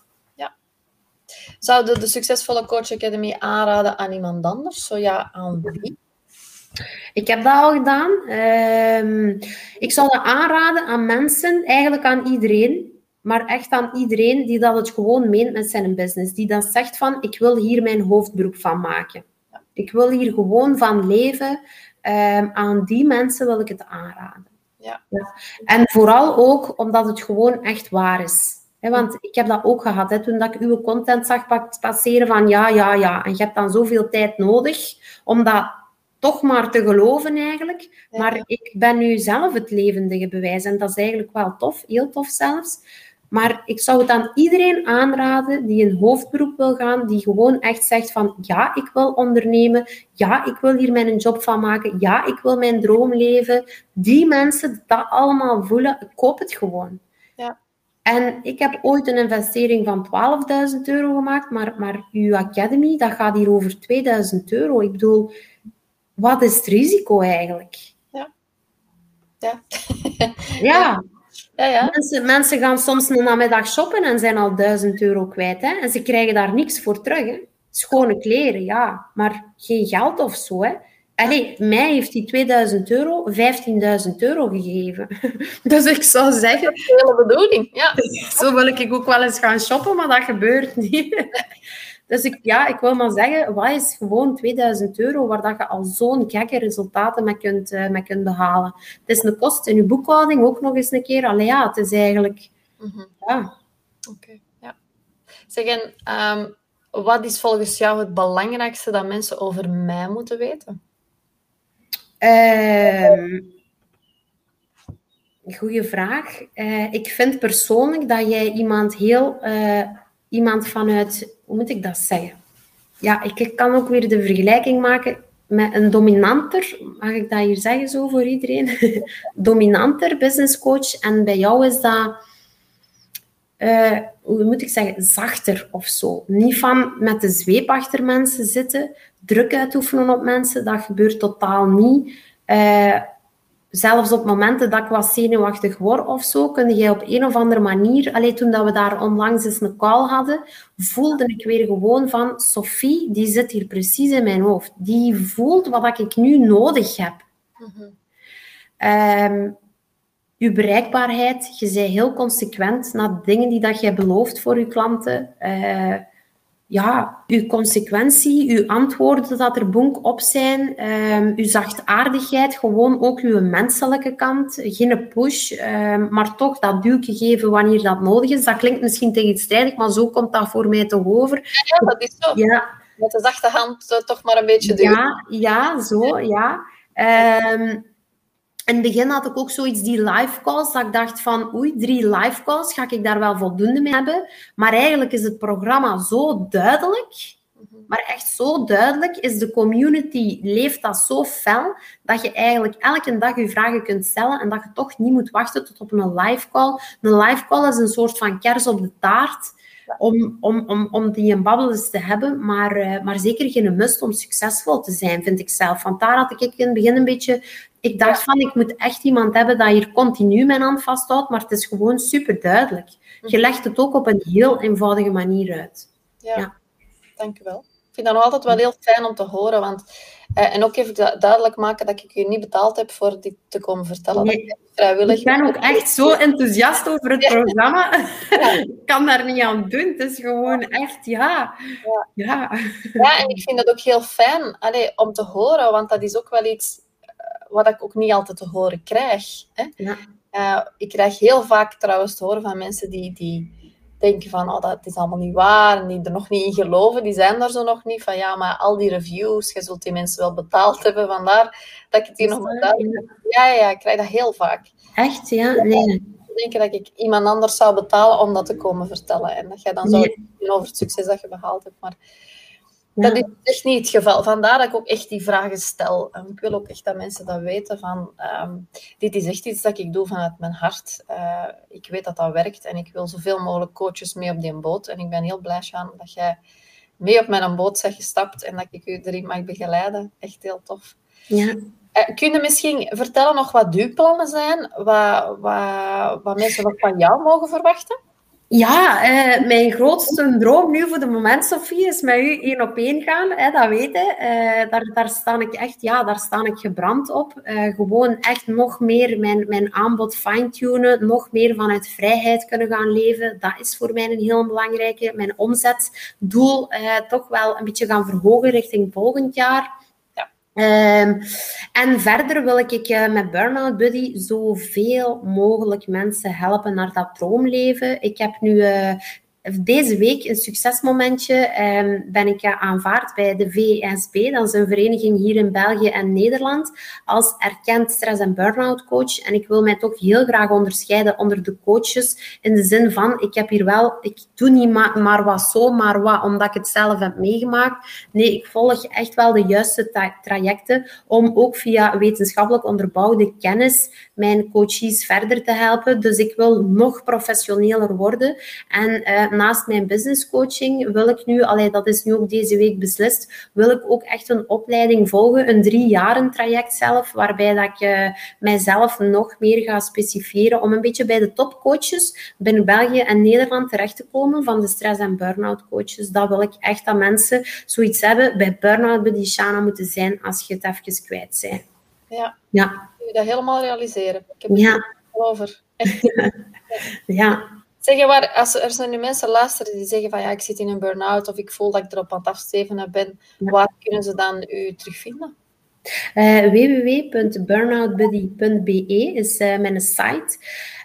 Zou de, de Succesvolle Coach Academy aanraden aan iemand anders? Zo ja, aan wie? Ik heb dat al gedaan. Um, ik zou dat aanraden aan mensen, eigenlijk aan iedereen, maar echt aan iedereen die dat het gewoon meent met zijn business. Die dan zegt van, ik wil hier mijn hoofdberoep van maken. Ja. Ik wil hier gewoon van leven. Um, aan die mensen wil ik het aanraden. Ja. Ja. En vooral ook omdat het gewoon echt waar is. He, want ik heb dat ook gehad, he, toen dat ik uw content zag passeren van ja, ja, ja. En je hebt dan zoveel tijd nodig om dat toch maar te geloven eigenlijk. Ja. Maar ik ben nu zelf het levendige bewijs. En dat is eigenlijk wel tof, heel tof zelfs. Maar ik zou het aan iedereen aanraden die een hoofdberoep wil gaan, die gewoon echt zegt van ja, ik wil ondernemen. Ja, ik wil hier mijn job van maken. Ja, ik wil mijn droom leven. Die mensen dat allemaal voelen, koop het gewoon. Ja. En ik heb ooit een investering van twaalfduizend euro gemaakt, maar, maar uw academy, dat gaat hier over tweeduizend euro. Ik bedoel, wat is het risico eigenlijk? Ja. Ja. Ja. Ja, ja. Mensen, mensen gaan soms een namiddag shoppen en zijn al duizend euro kwijt. Hè? En ze krijgen daar niks voor terug. Hè? Schone kleren, ja. Maar geen geld of zo. Hè? Allee, mij heeft die tweeduizend euro vijftienduizend euro gegeven. Dus ik zou zeggen... Dat is de hele bedoeling, ja. Zo wil ik ook wel eens gaan shoppen, maar dat gebeurt niet. Dus ik, ja, ik wil maar zeggen, wat is gewoon tweeduizend euro waar dat je al zo'n gekke resultaten mee kunt, uh, mee kunt behalen. Het is een kost in je boekhouding ook nog eens een keer. Allee, ja, het is eigenlijk... Mm-hmm. Ja. Oké, okay, ja. Zeg, en um, wat is volgens jou het belangrijkste dat mensen over mij moeten weten? Uh, goeie vraag. Uh, ik vind persoonlijk dat jij iemand heel... Uh, iemand vanuit... Hoe moet ik dat zeggen? Ja, ik, ik kan ook weer de vergelijking maken met een dominanter. Mag ik dat hier zeggen zo voor iedereen? Dominanter business coach. En bij jou is dat... Uh, hoe moet ik zeggen? Zachter of zo. Niet van met de zweep achter mensen zitten. Druk uitoefenen op mensen. Dat gebeurt totaal niet. Uh, Zelfs op momenten dat ik wat zenuwachtig word of zo, kun je op een of andere manier... Allee, toen dat we daar onlangs eens een call hadden, voelde ik weer gewoon van... Sophie, die zit hier precies in mijn hoofd. Die voelt wat ik nu nodig heb. Mm-hmm. Um, uw bereikbaarheid, je bent heel consequent naar de dingen die dat jij belooft voor je klanten... Uh, Ja, uw consequentie, uw antwoorden dat er bonk op zijn, um, uw zachtaardigheid, gewoon ook uw menselijke kant, geen push, um, maar toch dat duwtje geven wanneer dat nodig is. Dat klinkt misschien tegenstrijdig, maar zo komt dat voor mij toch over. Ja, ja, dat is zo. Ja. Met de zachte hand uh, toch maar een beetje duwen. Ja, ja, zo, ja. Um, In het begin had ik ook zoiets, die live calls, dat ik dacht van, oei, drie live calls, ga ik daar wel voldoende mee hebben? Maar eigenlijk is het programma zo duidelijk, maar echt zo duidelijk, is de community, leeft dat zo fel, dat je eigenlijk elke dag je vragen kunt stellen en dat je toch niet moet wachten tot op een live call. Een live call is een soort van kers op de taart, om, om, om, om die een babbel eens te hebben, maar, uh, maar zeker geen must om succesvol te zijn, vind ik zelf. Want daar had ik in het begin een beetje... Ik dacht ja. van, ik moet echt iemand hebben dat hier continu mijn hand vasthoudt, maar het is gewoon super duidelijk. Je legt het ook op een heel eenvoudige manier uit. Ja, ja. Dank u wel. Ik vind dat nog altijd wel heel fijn om te horen, want eh, en ook even duidelijk maken dat ik u niet betaald heb voor dit te komen vertellen. Nee. Dat ik vrijwillig... Ik ben ook echt zo enthousiast over het programma. Ja. Ik kan daar niet aan doen. Het is gewoon echt, ja. Ja, ja. ja en ik vind dat ook heel fijn allee, om te horen, want dat is ook wel iets wat ik ook niet altijd te horen krijg. Hè? Ja. Uh, ik krijg heel vaak trouwens te horen van mensen die, die denken van, oh, dat is allemaal niet waar, en die er nog niet in geloven, die zijn daar zo nog niet, van ja, maar al die reviews, je zult die mensen wel betaald hebben, vandaar dat ik het hier nog maar duidelijk heb. Ja, ja, ik krijg dat heel vaak. Echt, ja? Nee. Denken dat ik iemand anders zou betalen om dat te komen vertellen, en dat jij dan zou nee. over het succes dat je behaald hebt, maar ja. Dat is echt niet het geval. Vandaar dat ik ook echt die vragen stel. En ik wil ook echt dat mensen dat weten. Van, um, dit is echt iets dat ik doe vanuit mijn hart. Uh, ik weet dat dat werkt. En ik wil zoveel mogelijk coaches mee op die boot. En ik ben heel blij, Sjaan, dat jij mee op mijn boot bent gestapt. En dat ik u erin mag begeleiden. Echt heel tof. Ja. Uh, kun je misschien vertellen nog wat uw plannen zijn? Wat, wat, wat mensen nog van jou mogen verwachten? Ja, uh, mijn grootste droom nu voor de moment, Sophie, is met u één op één gaan. Hè, dat weet je. Uh, daar, daar sta ik echt, ja, daar sta ik gebrand op. Uh, gewoon echt nog meer mijn, mijn aanbod fine-tunen, nog meer vanuit vrijheid kunnen gaan leven. Dat is voor mij een heel belangrijke. Mijn omzetdoel uh, toch wel een beetje gaan verhogen richting volgend jaar. Um, en verder wil ik uh, met Burnout Buddy zoveel mogelijk mensen helpen naar dat droomleven. Ik heb nu... Uh, Deze week, een succesmomentje, um, ben ik uh, aanvaard bij de V S B. Dat is een vereniging hier in België en Nederland, als erkend stress- en burn-out coach. En ik wil mij toch heel graag onderscheiden onder de coaches, in de zin van, ik heb hier wel, ik doe niet ma- maar wat zo, maar wat, omdat ik het zelf heb meegemaakt. Nee, ik volg echt wel de juiste tra- trajecten, om ook via wetenschappelijk onderbouwde kennis mijn coaches verder te helpen. Dus ik wil nog professioneler worden. En uh, naast mijn business coaching wil ik nu, allee, dat is nu ook deze week beslist, wil ik ook echt een opleiding volgen, een drie jaren traject zelf, waarbij dat ik uh, mijzelf nog meer ga specifieren om een beetje bij de topcoaches binnen België en Nederland terecht te komen van de stress- en burn-out coaches. Dat wil ik echt, dat mensen zoiets hebben bij Burnout Buddy Shana moeten zijn als je het even kwijt bent. Ja. Ja. Kun je dat helemaal realiseren? Ik heb het ja. er over. Echt. Ja. Zeg je waar, als er zijn nu mensen luisteren die zeggen van ja, ik zit in een burn-out of ik voel dat ik erop aan het afstevenen ben, ja. Waar kunnen ze dan u terugvinden? Uh, w w w punt burnout buddy punt b e is uh, mijn site.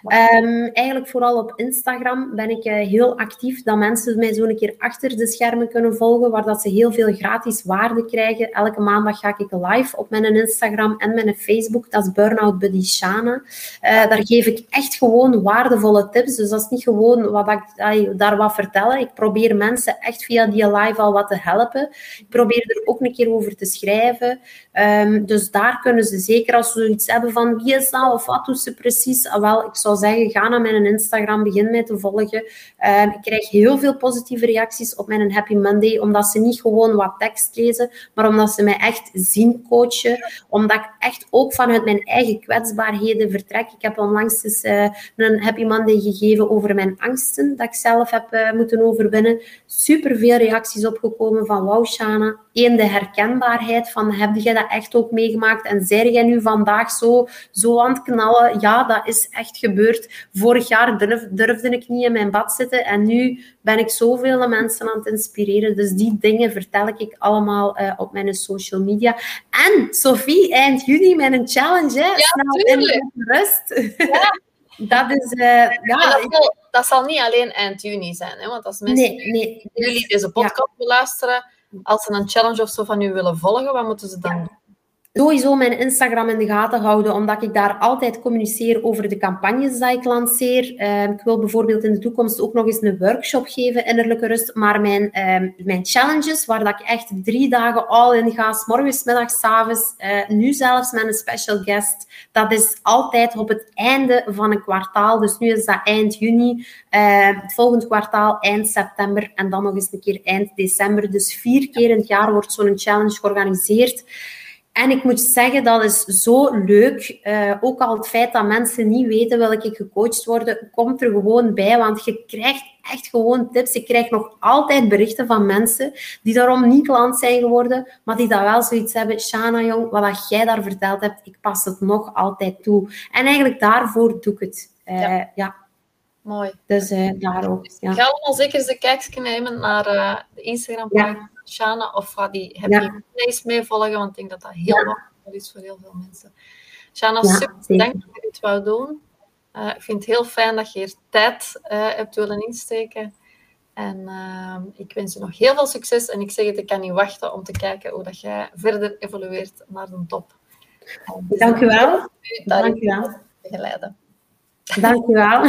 Um, eigenlijk vooral op Instagram ben ik uh, heel actief, dat mensen mij zo een keer achter de schermen kunnen volgen, waar dat ze heel veel gratis waarde krijgen. Elke maandag ga ik live op mijn Instagram en mijn Facebook, dat is Burnout Buddy Shana. Uh, daar geef ik echt gewoon waardevolle tips, dus dat is niet gewoon wat ik uh, daar wat vertellen. Ik probeer mensen echt via die live al wat te helpen. Ik probeer er ook een keer over te schrijven. Um, dus daar kunnen ze zeker, als ze zoiets hebben van wie is dat of wat doet ze precies, ah, wel, ik zou zeggen, ga naar mijn Instagram, begin mij te volgen. Um, ik krijg heel veel positieve reacties op mijn Happy Monday, omdat ze niet gewoon wat tekst lezen, maar omdat ze mij echt zien coachen, omdat ik echt ook vanuit mijn eigen kwetsbaarheden vertrek. Ik heb onlangs eens uh, een Happy Monday gegeven over mijn angsten, dat ik zelf heb uh, moeten overwinnen. Super veel reacties opgekomen van wauw Shana, één, de herkenbaarheid van heb jij dat echt ook meegemaakt en zei jij nu vandaag zo, zo aan het knallen? Ja, dat is echt gebeurd. Vorig jaar durf, durfde ik niet in mijn bad zitten en nu ben ik zoveel mensen aan het inspireren. Dus die dingen vertel ik allemaal uh, op mijn social media. En Sophie, eind juni mijn challenge, hè? Ja, Snel in rust. Ja. Dat is... Uh, ja, ja, dat, zal, dat zal niet alleen eind juni zijn, hè? Want als mensen nee, nee. jullie deze podcast ja. beluisteren, als ze een challenge of zo van u willen volgen, wat moeten ze dan doen? Sowieso mijn Instagram in de gaten houden, omdat ik daar altijd communiceer over de campagnes die ik lanceer. Uh, ik wil bijvoorbeeld in de toekomst ook nog eens een workshop geven, innerlijke rust. Maar mijn, uh, mijn challenges, waar dat ik echt drie dagen all in ga, 's morgens, 's middags, 's avonds, uh, nu zelfs met een special guest, dat is altijd op het einde van een kwartaal. Dus nu is dat eind juni, uh, het volgende kwartaal eind september en dan nog eens een keer eind december. Dus vier keer in het jaar wordt zo'n challenge georganiseerd. En ik moet zeggen, dat is zo leuk. Uh, ook al het feit dat mensen niet weten welke gecoacht worden, komt er gewoon bij. Want je krijgt echt gewoon tips. Ik krijg nog altijd berichten van mensen die daarom niet klant zijn geworden, maar die dat wel zoiets hebben. Shana, jong, wat jij daar verteld hebt, ik pas het nog altijd toe. En eigenlijk daarvoor doe ik het. Uh, ja. ja. Mooi. Dus uh, daar ook. Ja. Ik ga allemaal zeker eens een kijkje nemen naar uh, de Instagram-pagina van ja. Shana, of ga die Happy ja. Mondays meevolgen, want ik denk dat dat heel ja. waardevol is voor heel veel mensen. Shana, ja, super bedankt dat je dit wou doen. Uh, ik vind het heel fijn dat je hier tijd uh, hebt willen insteken. En uh, ik wens je nog heel veel succes. En ik zeg het, ik kan niet wachten om te kijken hoe dat jij verder evolueert naar de top. Dus Dank u wel. Dank u wel. Begeleiden. Dankjewel.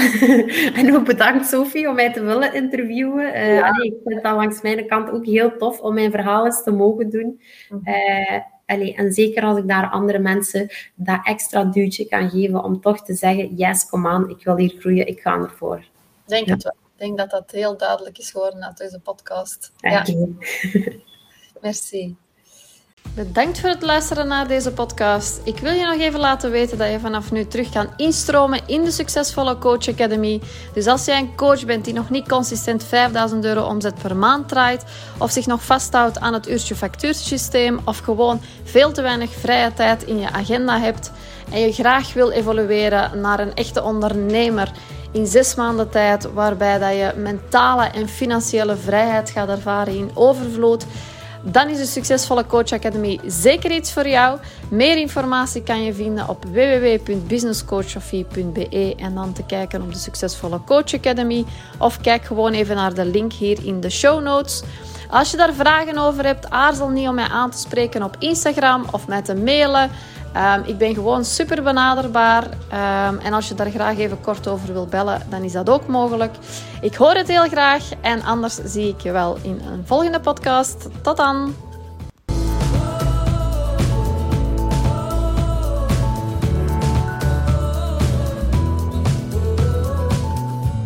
En ook bedankt, Sophie, om mij te willen interviewen. Uh, ja. allee, ik vind dat langs mijn kant ook heel tof om mijn verhaal eens te mogen doen. Uh, allee, en zeker als ik daar andere mensen dat extra duwtje kan geven om toch te zeggen, yes, kom aan, ik wil hier groeien, ik ga ervoor. Denk ja. het wel. Ik denk dat dat heel duidelijk is geworden uit deze podcast. Dank ja. je. Merci. Bedankt voor het luisteren naar deze podcast. Ik wil je nog even laten weten dat je vanaf nu terug kan instromen in de Succesvolle Coach Academy. Dus als jij een coach bent die nog niet consistent vijfduizend euro omzet per maand draait, of zich nog vasthoudt aan het uurtje-factuursysteem, of gewoon veel te weinig vrije tijd in je agenda hebt en je graag wil evolueren naar een echte ondernemer in zes maanden tijd, waarbij dat je mentale en financiële vrijheid gaat ervaren in overvloed, dan is de Succesvolle Coach Academy zeker iets voor jou. Meer informatie kan je vinden op w w w punt businesscoachsofie punt b e en dan te kijken op de Succesvolle Coach Academy. Of kijk gewoon even naar de link hier in de show notes. Als je daar vragen over hebt, aarzel niet om mij aan te spreken op Instagram of mij te mailen. Um, ik ben gewoon super benaderbaar. Um, en als je daar graag even kort over wil bellen, dan is dat ook mogelijk. Ik hoor het heel graag en anders zie ik je wel in een volgende podcast. Tot dan!